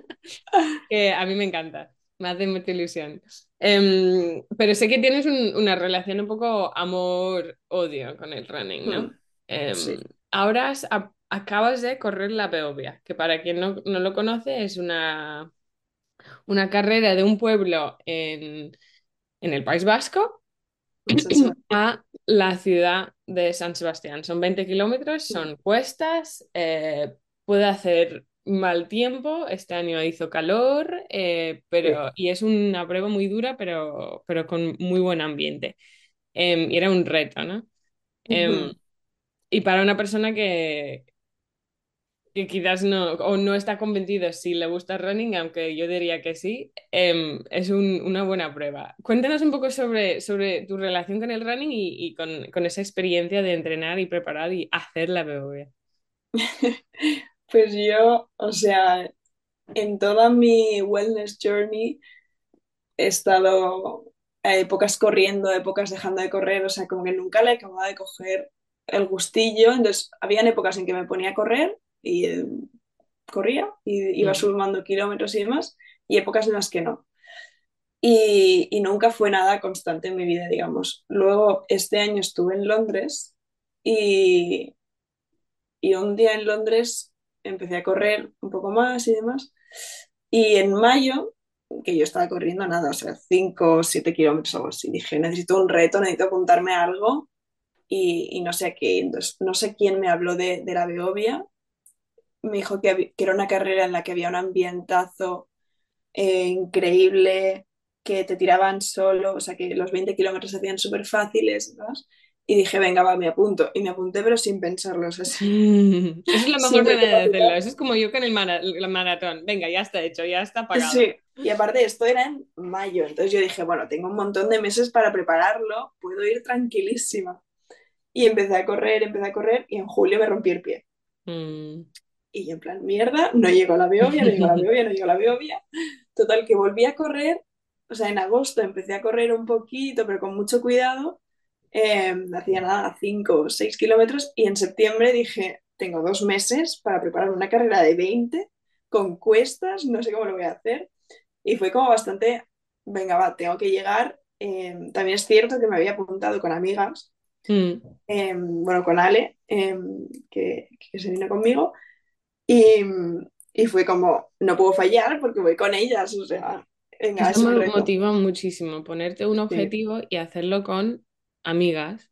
S1: que a mí me encanta, me hace mucha ilusión. Em, pero sé que tienes un- una relación un poco amor-odio con el running, ¿no?
S2: Hmm,
S1: Em,
S2: sí.
S1: ahora has- a- acabas de correr la Beovia, que para quien no, no lo conoce es una una carrera de un pueblo en, en el País Vasco
S2: San Sebastián.
S1: a la ciudad de San Sebastián. Son veinte kilómetros,
S2: Hmm,
S1: son cuestas, eh, puede hacer mal tiempo, este año hizo calor, eh,
S2: sí.
S1: pero, y es una prueba muy dura, pero, pero con muy buen ambiente. Em, y era un reto, ¿no? Em,
S2: Ujú.
S1: y para una persona que, que quizás no, o no está convencido si le gusta running, aunque yo diría que sí, em, es un- una buena prueba. Cuéntanos un poco sobre, sobre tu relación con el running y, y con, con esa experiencia de entrenar y preparar y hacer la B B V.
S2: Pues yo, o sea, en toda mi wellness journey he estado a épocas corriendo, épocas dejando de correr, o sea, como que nunca le acababa de coger el gustillo. Entonces, habían épocas en que me ponía a correr y eh, corría y iba
S1: Mm,
S2: sumando kilómetros y demás, y épocas en las que no. Y, y nunca fue nada constante en mi vida, digamos. Luego, este año estuve en Londres y, y un día en Londres empecé a correr un poco más y demás. Y en mayo, que yo estaba corriendo nada, o sea, cinco o siete kilómetros o algo así, dije, necesito un reto, necesito apuntarme a algo y, y no sé a qué. Entonces, no sé quién me habló de, de la Beovia, me dijo que, había- que era una carrera en la que había un ambientazo eh, increíble, que te tiraban solo, o sea, que los veinte kilómetros se hacían súper fáciles, ¿no? Y dije, venga, va, me apunto. Y me apunté, pero sin pensarlo, o sea,
S1: mm. Esa es la mejor
S2: sin
S1: manera de hacerlo.
S2: precavitar.
S1: Eso es como yo con el, mara- el maratón. Venga, ya está hecho, ya está pagado.
S2: Sí, y aparte esto era en mayo, entonces yo dije, bueno, tengo un montón de meses para prepararlo, puedo ir tranquilísima. Y empecé a correr, empecé a correr y en julio me rompí el pie.
S1: Mm.
S2: Y yo en plan, mierda, no llego a la Beovia, no llego a la Beovia, no llego a la Beovia. Total, que volví a correr, o sea, en agosto empecé a correr un poquito, pero con mucho cuidado. Eh, hacía nada, cinco o seis kilómetros y en septiembre dije, tengo dos meses para preparar una carrera de veinte con cuestas, no sé cómo lo voy a hacer. Y fue como bastante, venga, va, tengo que llegar. Eh, también es cierto que me había apuntado con amigas,
S1: Mm.
S2: eh, bueno, con Ale, eh, que, que se vino conmigo, y, y fue como, no puedo fallar porque voy con ellas, o sea, venga,
S1: Eso
S2: es un
S1: me
S2: reto.
S1: motiva muchísimo, ponerte un
S2: Sí,
S1: objetivo y hacerlo con amigas.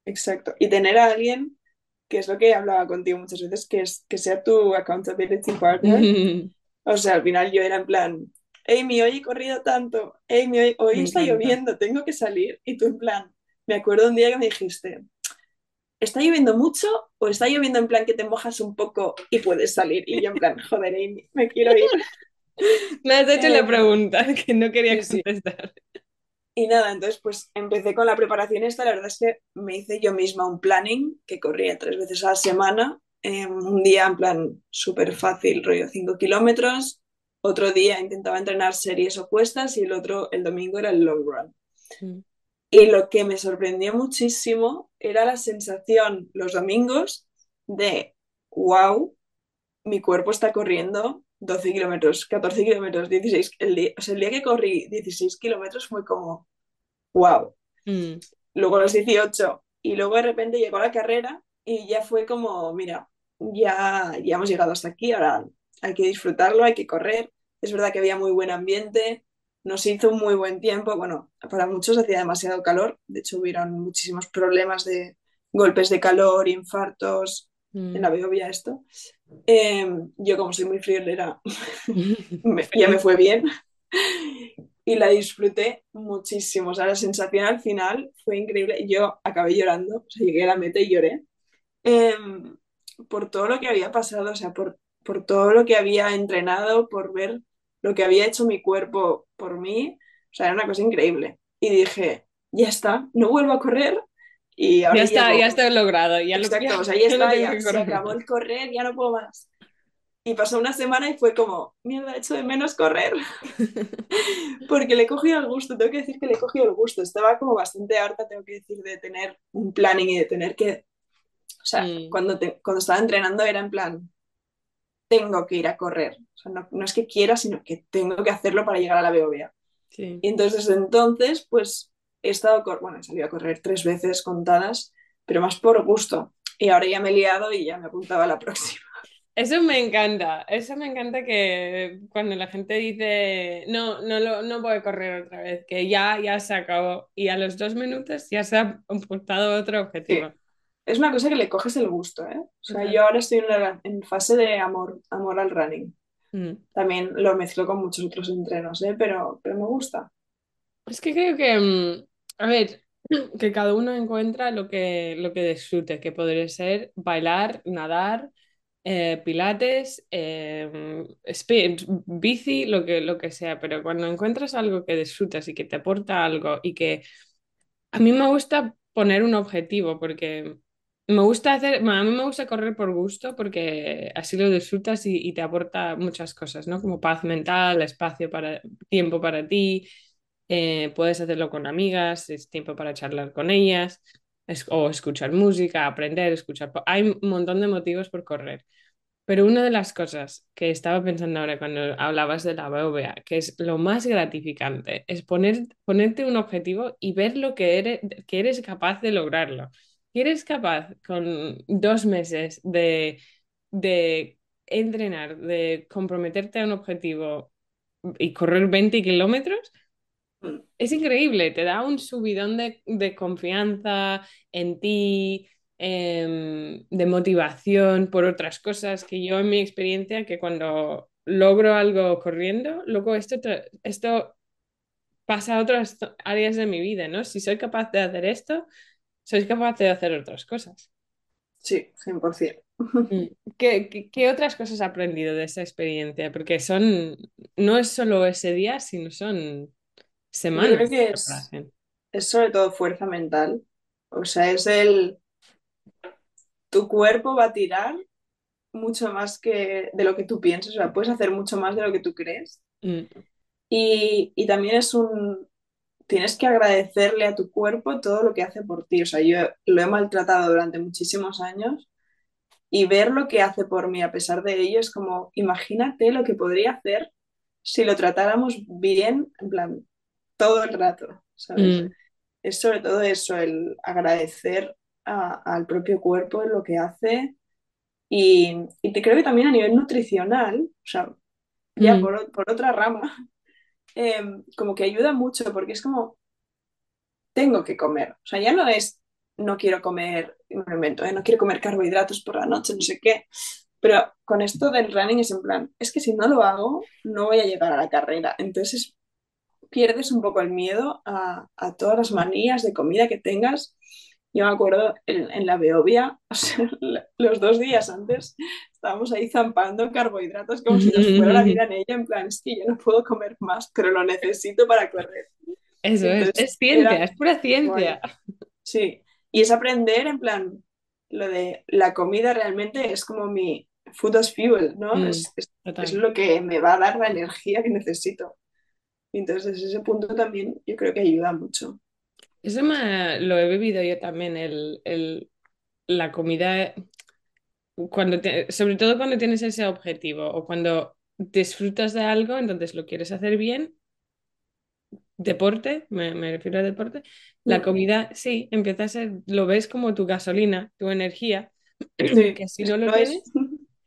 S2: exacto. Y tener a alguien, que es lo que hablaba contigo muchas veces, que, es, que sea tu accountability partner. O sea, al final yo era en plan, Amy, hoy he corrido tanto, Amy, hoy,
S1: Me
S2: hoy está
S1: encanta.
S2: lloviendo, tengo que salir. Y tú en plan, me acuerdo un día que me dijiste, ¿está lloviendo mucho o está lloviendo en plan que te mojas un poco y puedes salir? Y yo en plan, joder, Amy, me quiero ir.
S1: Me has hecho la
S2: Eh,
S1: pregunta que no
S2: sí,
S1: quería
S2: sí.
S1: contestar.
S2: Y nada, entonces pues empecé con la preparación esta, la verdad es que me hice yo misma un planning que corría tres veces a la semana, eh, un día en plan súper fácil, rollo cinco kilómetros, otro día intentaba entrenar series opuestas y el otro, el domingo era el long run.
S1: Mm.
S2: Y lo que me sorprendió muchísimo era la sensación los domingos de, wow, mi cuerpo está corriendo doce kilómetros, catorce kilómetros, dieciséis. El día, o sea, el día que corrí dieciséis kilómetros fue como, wow.
S1: Mm.
S2: Luego los dieciocho y luego de repente llegó la carrera y ya fue como, mira, ya, ya hemos llegado hasta aquí, ahora hay que disfrutarlo, hay que correr. Es verdad que había muy buen ambiente, nos hizo un muy buen tiempo, bueno, para muchos hacía demasiado calor, de hecho hubieron muchísimos problemas de golpes de calor, infartos, en la
S1: Mm.
S2: Beovia esto. Eh, yo como soy muy friolera, me- ya me
S1: Feliz.
S2: fue bien y la disfruté muchísimo. O sea, la sensación al final fue increíble. Yo acabé llorando, o sea, llegué a la meta y lloré. Eh, por todo lo que había pasado, o sea, por, por todo lo que había entrenado, por ver lo que había hecho mi cuerpo por mí. O sea, era una cosa increíble. Y dije, ya está, no vuelvo a correr. Y
S1: Ya
S2: ahora
S1: está, ya
S2: llevo,
S1: está logrado. Ya, lo, ya,
S2: exacto, o sea, ya
S1: ya no
S2: está,
S1: tengo
S2: ya
S1: que
S2: se
S1: correr
S2: acabó
S1: más.
S2: el correr, ya no puedo más. Y pasó una semana y fue como, mierda, he hecho de menos correr. Porque le he cogido el gusto, tengo que decir que le he cogido el gusto. Estaba como bastante harta, tengo que decir, de tener un planning y de tener que, o sea,
S1: Mm.
S2: cuando, te, cuando estaba entrenando era en plan, tengo que ir a correr. O sea, no, no es que quiera, sino que tengo que hacerlo para llegar a la Beovia.
S1: Sí.
S2: Y entonces desde entonces, pues he estado, cor bueno, he salido a correr tres veces contadas, pero más por gusto. Y ahora ya me he liado y ya me apuntaba a la próxima.
S1: Eso me encanta, eso me encanta que cuando la gente dice, no, no, lo, no voy a correr otra vez, que ya, ya se acabó y a los dos minutos ya se ha apuntado otro
S2: Sí,
S1: objetivo.
S2: es una cosa que le coges el gusto, ¿eh? O sea,
S1: Total.
S2: yo ahora estoy en, la, en fase de amor, amor al running.
S1: Mm.
S2: También lo mezclo con muchos otros entrenos, ¿eh? Pero, pero me gusta.
S1: Es que creo que, mm, a ver, que cada uno encuentra lo que, lo que disfrute, que podría ser bailar, nadar, eh, pilates, eh, speed, bici, lo que, lo que sea, pero cuando encuentras algo que disfrutas y que te aporta algo y que a mí me gusta poner un objetivo porque me gusta hacer, bueno, a mí me gusta correr por gusto porque así lo disfrutas y, y te aporta muchas cosas, ¿no? Como paz mental, espacio para, tiempo para ti, eh, puedes hacerlo con amigas, es tiempo para charlar con ellas, es- o escuchar música, aprender, escuchar. po- Hay un montón de motivos por correr. Pero una de las cosas que estaba pensando ahora cuando hablabas de la B O V A, que es lo más gratificante, es poner, ponerte un objetivo y ver lo que eres, que eres capaz de lograrlo. Que eres capaz con dos meses de, de entrenar, de comprometerte a un objetivo y correr veinte kilómetros,
S2: Mm.
S1: es increíble, te da un subidón de, de confianza en ti, em, de motivación por otras cosas que yo en mi experiencia, que cuando logro algo corriendo, luego esto, tra- esto pasa a otras áreas de mi vida, ¿no? Si soy capaz de hacer esto, soy capaz de hacer otras cosas.
S2: Sí, cien por ciento.
S1: Mm. ¿Qué, qué, qué otras cosas has aprendido de esa experiencia? Porque son, no es solo ese día, sino son
S2: Yo
S1: semanas
S2: creo
S1: de
S2: que es,
S1: preparación.
S2: es sobre todo fuerza mental. O sea, es el, tu cuerpo va a tirar mucho más que de lo que tú piensas. O sea, puedes hacer mucho más de lo que tú crees.
S1: Mm.
S2: Y, y también es un, tienes que agradecerle a tu cuerpo todo lo que hace por ti. O sea, yo lo he maltratado durante muchísimos años y ver lo que hace por mí a pesar de ello es como, imagínate lo que podría hacer si lo tratáramos bien, en plan, todo el rato, ¿sabes?
S1: Mm.
S2: Es sobre todo eso, el agradecer a- al propio cuerpo lo que hace y, y te creo que también a nivel nutricional, o sea, ya
S1: Mm.
S2: por, por otra rama, em, como que ayuda mucho porque es como, tengo que comer, o sea, ya no es no quiero comer, me lo invento, ¿eh? No quiero comer carbohidratos por la noche, no sé qué. Pero con esto del running es en plan, es que si no lo hago, no voy a llegar a la carrera. Entonces pierdes un poco el miedo a, a todas las manías de comida que tengas. Yo me acuerdo en, en la Beovia, o sea, los dos días antes estábamos ahí zampando carbohidratos como si nos fuera la vida en ella, en plan, es que yo no puedo comer más, pero lo necesito para correr.
S1: Eso es,
S2: Entonces
S1: es ciencia,
S2: era
S1: es pura
S2: guay,
S1: ciencia.
S2: sí. Y es aprender en plan, lo de la comida realmente es como mi food as fuel, ¿no?
S1: Mm,
S2: Es, es, es
S1: total.
S2: lo que me va a dar la energía que necesito. Y entonces desde ese punto también yo creo que ayuda mucho.
S1: Eso me, lo he vivido yo también, el, el, la comida, cuando te- sobre todo cuando tienes ese objetivo o cuando disfrutas de algo, entonces lo quieres hacer bien, deporte, me, me refiero a deporte, la
S2: Mm,
S1: comida sí, empieza a ser, lo ves como tu gasolina, tu energía,
S2: sí,
S1: que si
S2: es
S1: no
S2: que
S1: lo
S2: lo es.
S1: tienes,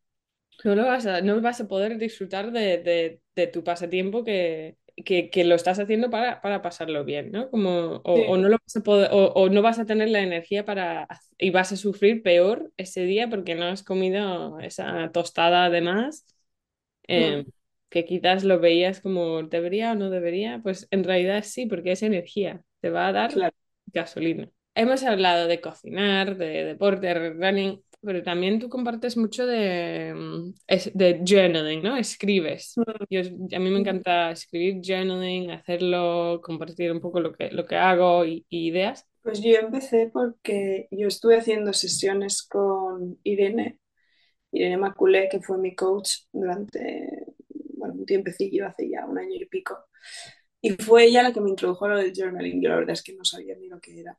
S1: no lo vas a, no vas a poder disfrutar de, de- de tu pasatiempo que, que, que lo estás haciendo para, para pasarlo bien, ¿no? Como, o, o
S2: Sí,
S1: no lo vas a poder, o, o no vas a tener la energía para, haz- y vas a sufrir peor ese día porque no has comido esa tostada de más, eh,
S2: mm,
S1: que quizás lo veías como debería o no debería, pues en realidad sí, porque es energía, te va a dar
S2: claro.
S1: gasolina. Hemos hablado de cocinar, de deporte, de running, pero también tú compartes mucho de, mm, es- de journaling, ¿no? Escribes.
S2: Mm,
S1: Yo, a mí me
S2: mm.
S1: encanta escribir journaling, hacerlo, compartir un poco lo que, lo que hago y, y ideas.
S2: Pues yo empecé porque yo estuve haciendo sesiones con Irene, Irene Maculé, que fue mi coach durante, bueno, un tiempecillo, hace ya un año y pico. Y fue ella la que me introdujo a lo del journaling. Yo la verdad es que no sabía ni lo que era.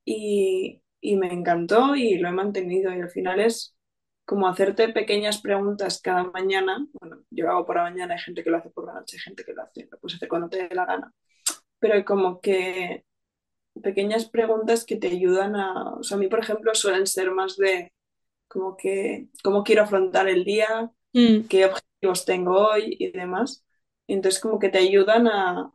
S2: Y, y me encantó y lo he mantenido. Y al final es como hacerte pequeñas preguntas cada mañana. Bueno, yo lo hago por la mañana, hay gente que lo hace por la noche, hay gente que lo hace, lo puedes hacer cuando te dé la gana. Pero como que pequeñas preguntas que te ayudan a... O sea, a mí, por ejemplo, suelen ser más de como que cómo quiero afrontar el día,
S1: Mm,
S2: qué objetivos tengo hoy y demás. Y entonces como que te ayudan a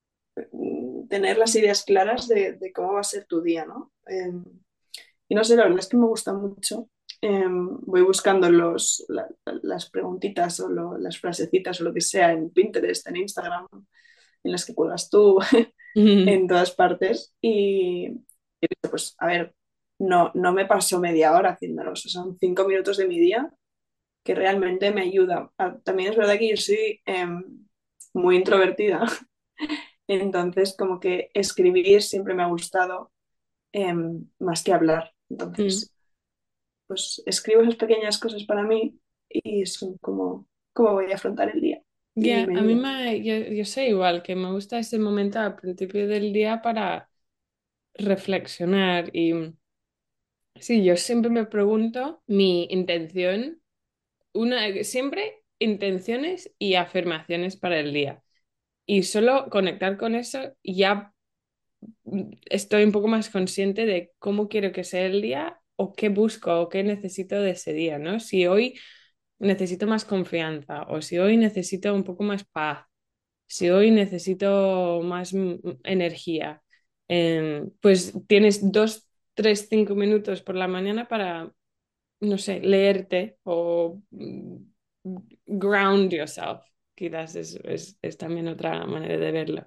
S2: mm, tener las ideas claras de, de cómo va a ser tu día, ¿no? Eh, y no sé, la verdad es que me gusta mucho. Eh, voy buscando los, la- las preguntitas o lo- las frasecitas o lo que sea en Pinterest, en Instagram, en las que cuelgas tú,
S1: mm,
S2: en todas partes. Y, y pues, a ver, no, no me paso media hora haciéndolos, o sea, son cinco minutos de mi día que realmente me ayuda. Ah, también es verdad que yo soy eh, muy introvertida, entonces como que escribir siempre me ha gustado eh, más que hablar.
S1: mm.
S2: Entonces, pues escribo esas pequeñas cosas para mí y son como, como voy a afrontar el día y
S1: Ya,
S2: me
S1: a mí
S2: ayuda.
S1: me, yo, yo soy igual, que me gusta ese momento al principio del día para reflexionar y sí, yo siempre me pregunto mi intención, una, siempre intenciones y afirmaciones para el día. Y solo conectar con eso, ya mm, estoy un poco más consciente de cómo quiero que sea el día o qué busco o qué necesito de ese día, ¿no? Si hoy necesito más confianza o si hoy necesito un poco más paz, si hoy necesito más mm, energía, em, pues tienes dos, tres, cinco minutos por la mañana para, no sé, leerte o mm, ground yourself. Quizás es, es, es también otra manera de verlo.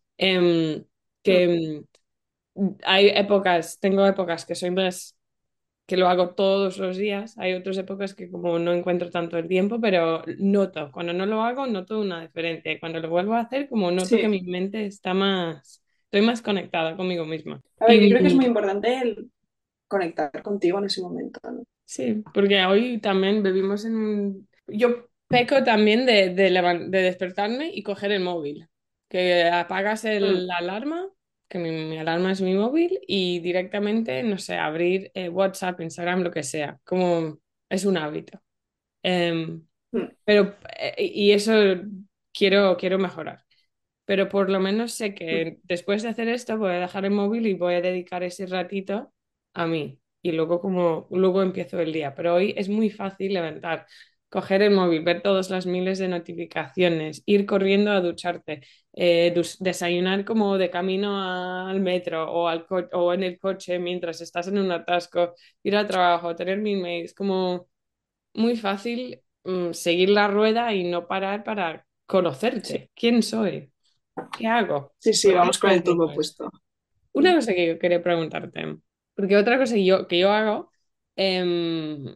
S1: Em,
S2: Mm,
S1: que mm, hay épocas, tengo épocas que soy más, que lo hago todos los días, hay otras épocas que como no encuentro tanto el tiempo, pero noto, cuando no lo hago, noto una diferencia. Y cuando lo vuelvo a hacer, como noto que
S2: sí,
S1: mi mente está más, estoy más conectada conmigo misma.
S2: a ver, yo
S1: Y
S2: creo que es
S1: mm,
S2: muy importante el conectar contigo en ese momento, ¿no?
S1: sí, porque hoy también vivimos en un... Yo peco también de, de, levan- de despertarme y coger el móvil, que apagas
S2: Mm,
S1: el- la alarma, que mi, mi alarma es mi móvil, y directamente, no sé, abrir eh, WhatsApp, Instagram, lo que sea, como es un hábito. Em,
S2: mm,
S1: pero, eh, y eso quiero, quiero mejorar. Pero por lo menos sé
S2: mm.
S1: que después de hacer esto voy a dejar el móvil y voy a dedicar ese ratito a mí. Y luego como luego empiezo el día. Pero hoy es muy fácil levantar. coger el móvil, ver todas las miles de notificaciones, ir corriendo a ducharte, eh, dus- desayunar como de camino al metro o, al co- o en el coche mientras estás en un atasco, ir al trabajo, tener mil mails, como muy fácil mm, seguir la rueda y no parar para
S2: Sí,
S1: conocerte. ¿Quién soy? ¿Qué hago?
S2: sí, sí,
S1: ¿Por qué
S2: vamos con
S1: estoy
S2: el
S1: haciendo
S2: turbo
S1: esto?
S2: puesto.
S1: Una cosa que yo quería preguntarte, porque otra cosa que yo, que yo hago, em,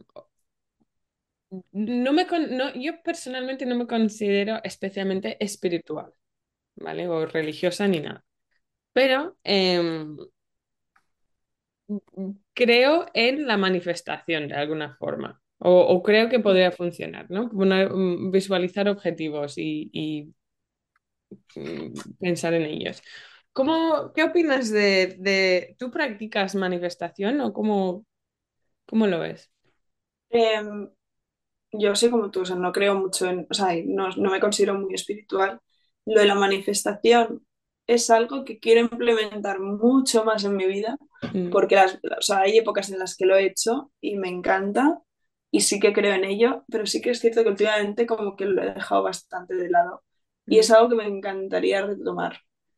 S1: no me con- no, yo personalmente no me considero especialmente espiritual, ¿vale? O religiosa ni nada. Pero em, creo en la manifestación de alguna forma. O, o creo que podría funcionar, ¿no? Una- mm, visualizar objetivos y, y, mm, pensar en ellos. ¿Cómo, qué opinas de, de- ¿tú practicas manifestación o cómo, cómo lo ves?
S2: Em, yo soy como tú, o sea, no creo mucho en, o sea, no, no me considero muy espiritual. Lo de la manifestación es algo que quiero implementar mucho más en mi vida,
S1: Mm,
S2: porque las, o sea, hay épocas en las que lo he hecho y me encanta y sí que creo en ello, pero sí que es cierto que últimamente como que lo he dejado bastante de lado y
S1: mm.
S2: es algo que me encantaría retomar.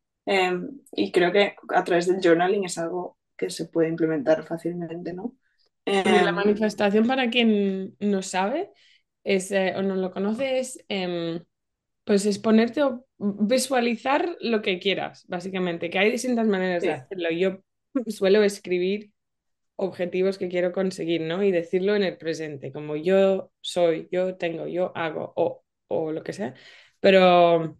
S2: Em, y creo que a través del journaling es algo que se puede implementar fácilmente, ¿no?
S1: Porque la
S2: Em,
S1: manifestación, para quien no sabe es, eh, o no lo conoce, es, em, pues es ponerte o visualizar lo que quieras, básicamente, que hay distintas maneras de
S2: sí.
S1: hacerlo. Yo suelo escribir objetivos que quiero conseguir, ¿no? Y decirlo en el presente, como yo soy, yo tengo, yo hago, o, o lo que sea. Pero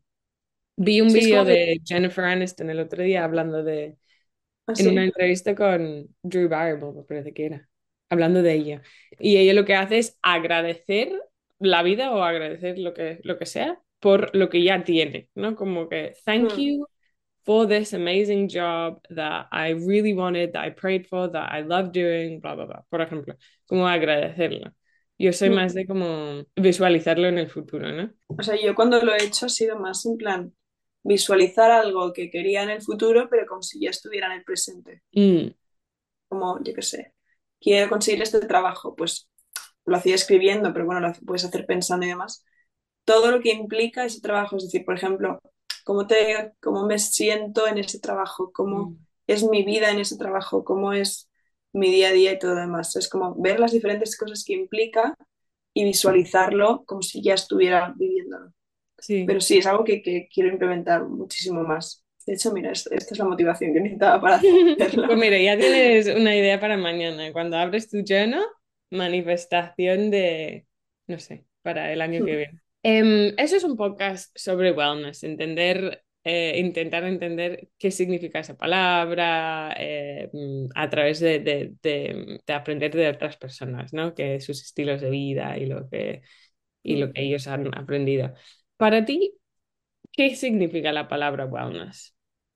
S1: vi un
S2: Sí, es
S1: vídeo
S2: como que
S1: de Jennifer Aniston el otro día hablando de en una
S2: así.
S1: entrevista con Drew Barrymore, me parece que era, hablando de ella. Y ella lo que hace es agradecer la vida o agradecer lo que, lo que sea por lo que ya tiene, ¿no? Como que, thank
S2: Mm,
S1: you for this amazing job that I really wanted, that I prayed for, that I love doing, bla, bla, bla. Por ejemplo, como agradecerlo. Yo soy
S2: mm.
S1: más de como visualizarlo en el futuro, ¿no?
S2: O sea, yo cuando lo he hecho ha sido más en plan visualizar algo que quería en el futuro, pero como si ya estuviera en el presente.
S1: Mm,
S2: Como, yo qué sé, quiero conseguir este trabajo, pues lo hacía escribiendo, pero bueno, lo puedes hacer pensando y demás. Todo lo que implica ese trabajo, es decir, por ejemplo, cómo te, cómo me siento en ese trabajo, cómo
S1: mm,
S2: es mi vida en ese trabajo, cómo es mi día a día y todo lo demás. Es como ver las diferentes cosas que implica y visualizarlo como si ya estuviera viviéndolo.
S1: sí.
S2: Pero sí, es algo que, que quiero implementar muchísimo más. De hecho, mira, es- esta es la motivación que necesitaba para
S1: Pues
S2: hacerlo.
S1: mira, ya tienes una idea para mañana. Cuando abres tu journal, manifestación de, no sé, para el año que viene. Em, eso es un podcast sobre wellness, entender, eh, intentar entender qué significa esa palabra eh, mm, a través de, de- de- de aprender de otras personas, ¿no? Que sus estilos de vida y lo que, y lo que ellos han aprendido. Para ti, ¿qué significa la palabra wellness?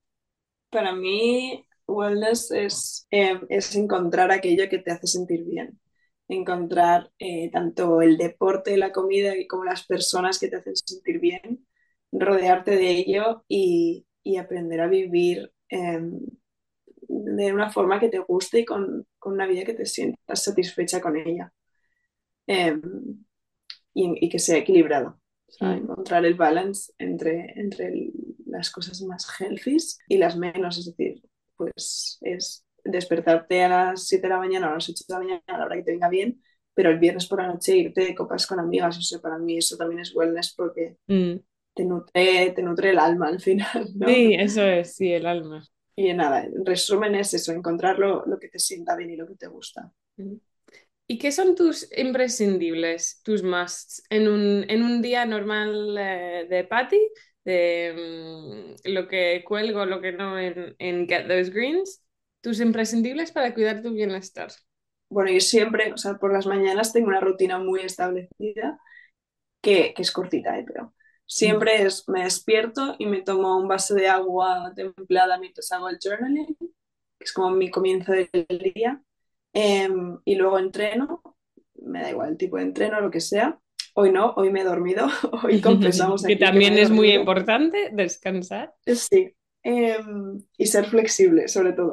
S2: Para mí, wellness es, eh, es encontrar aquello que te hace sentir bien. Encontrar eh, tanto el deporte, la comida y como las personas que te hacen sentir bien, rodearte de ello y, y aprender a vivir eh, de una forma que te guste y con, con una vida que te sientas satisfecha con ella. Eh, y, y que sea equilibrado. O sea,
S1: Mm,
S2: encontrar el balance entre, entre el- las cosas más healthy y las menos. Es decir, pues es despertarte a las siete de la mañana o a las ocho de la mañana a la hora que te venga bien, pero el viernes por la noche irte de copas con amigas. O sea, para mí eso también es wellness porque
S1: mm.
S2: te nutre, te nutre el alma al final, ¿no?
S1: Sí, eso es, sí, el alma.
S2: Y nada, en resumen es eso, encontrar lo, lo que te sienta bien y lo que te gusta.
S1: Mm. ¿Y qué son tus imprescindibles, tus musts en un, en un día normal eh, de Patty? De mm, lo que cuelgo, lo que no en, en Get Those Greens. Tus imprescindibles para cuidar tu bienestar.
S2: Bueno, yo siempre, o sea, por las mañanas tengo una rutina muy establecida que, que es cortita, ¿eh? Pero
S1: Mm.
S2: siempre es, me despierto y me tomo un vaso de agua templada mientras hago el journaling, que es como mi comienzo del día, eh, y luego entreno, me da igual el tipo de entreno, lo que sea. Hoy no, hoy me he dormido, hoy confesamos
S1: Que
S2: aquí que me
S1: también
S2: he
S1: es muy
S2: dormido.
S1: importante descansar.
S2: Sí, eh, y ser flexible sobre todo,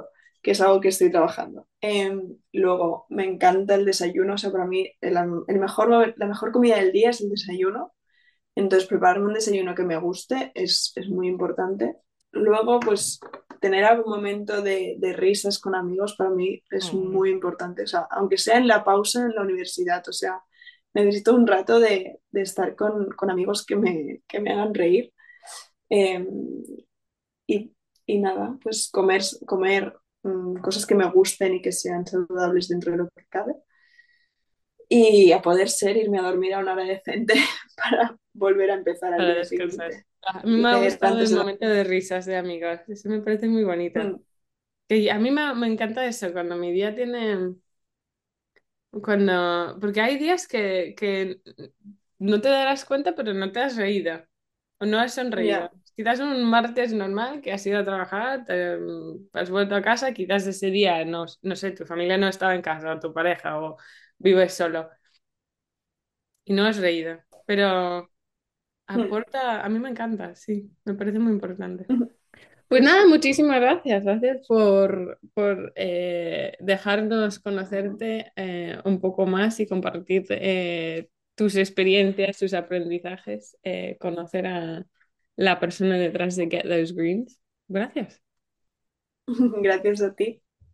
S2: que es algo que estoy trabajando. Em, luego, me encanta el desayuno, o sea, para mí el, el mejor, momen- la mejor comida del día es el desayuno. Entonces, prepararme un desayuno que me guste es, es muy importante. Luego, pues, tener algún momento de, de risas con amigos para mí es
S1: Mm.
S2: muy importante. O sea, aunque sea en la pausa en la universidad, o sea, necesito un rato de, de estar con, con amigos que me, que me hagan reír. Eh, y, y nada, pues comer, comer mm, cosas que me gusten y que sean saludables dentro de lo que cabe. Y a poder ser, irme a dormir a una hora decente para volver a empezar al
S1: Para
S2: día
S1: descansar.
S2: siguiente.
S1: A mí me ha
S2: Leer
S1: gustado
S2: antes
S1: el
S2: de
S1: momento de risas de amigas. Eso me parece muy bonito.
S2: dormir.
S1: Que a mí me, me encanta eso, cuando mi día tiene... Cuando... Porque hay días que, que no te darás cuenta, pero no te has reído. O no has sonreído.
S2: Ya.
S1: Quizás un martes normal que has ido a trabajar, te, has vuelto a casa, quizás ese día, no, no sé, tu familia no estaba en casa, o tu pareja, o vives solo, y no has reído. Pero
S2: Mm.
S1: aporta, a mí me encanta, sí, me parece muy importante. Pues
S2: Pues
S1: nada,
S2: sí.
S1: muchísimas gracias. Gracias por, por eh, dejarnos conocerte eh, un poco más y compartir eh, tus experiencias, tus aprendizajes, eh, conocer a la persona detrás de Get Those Greens. Gracias.
S2: Gracias a ti.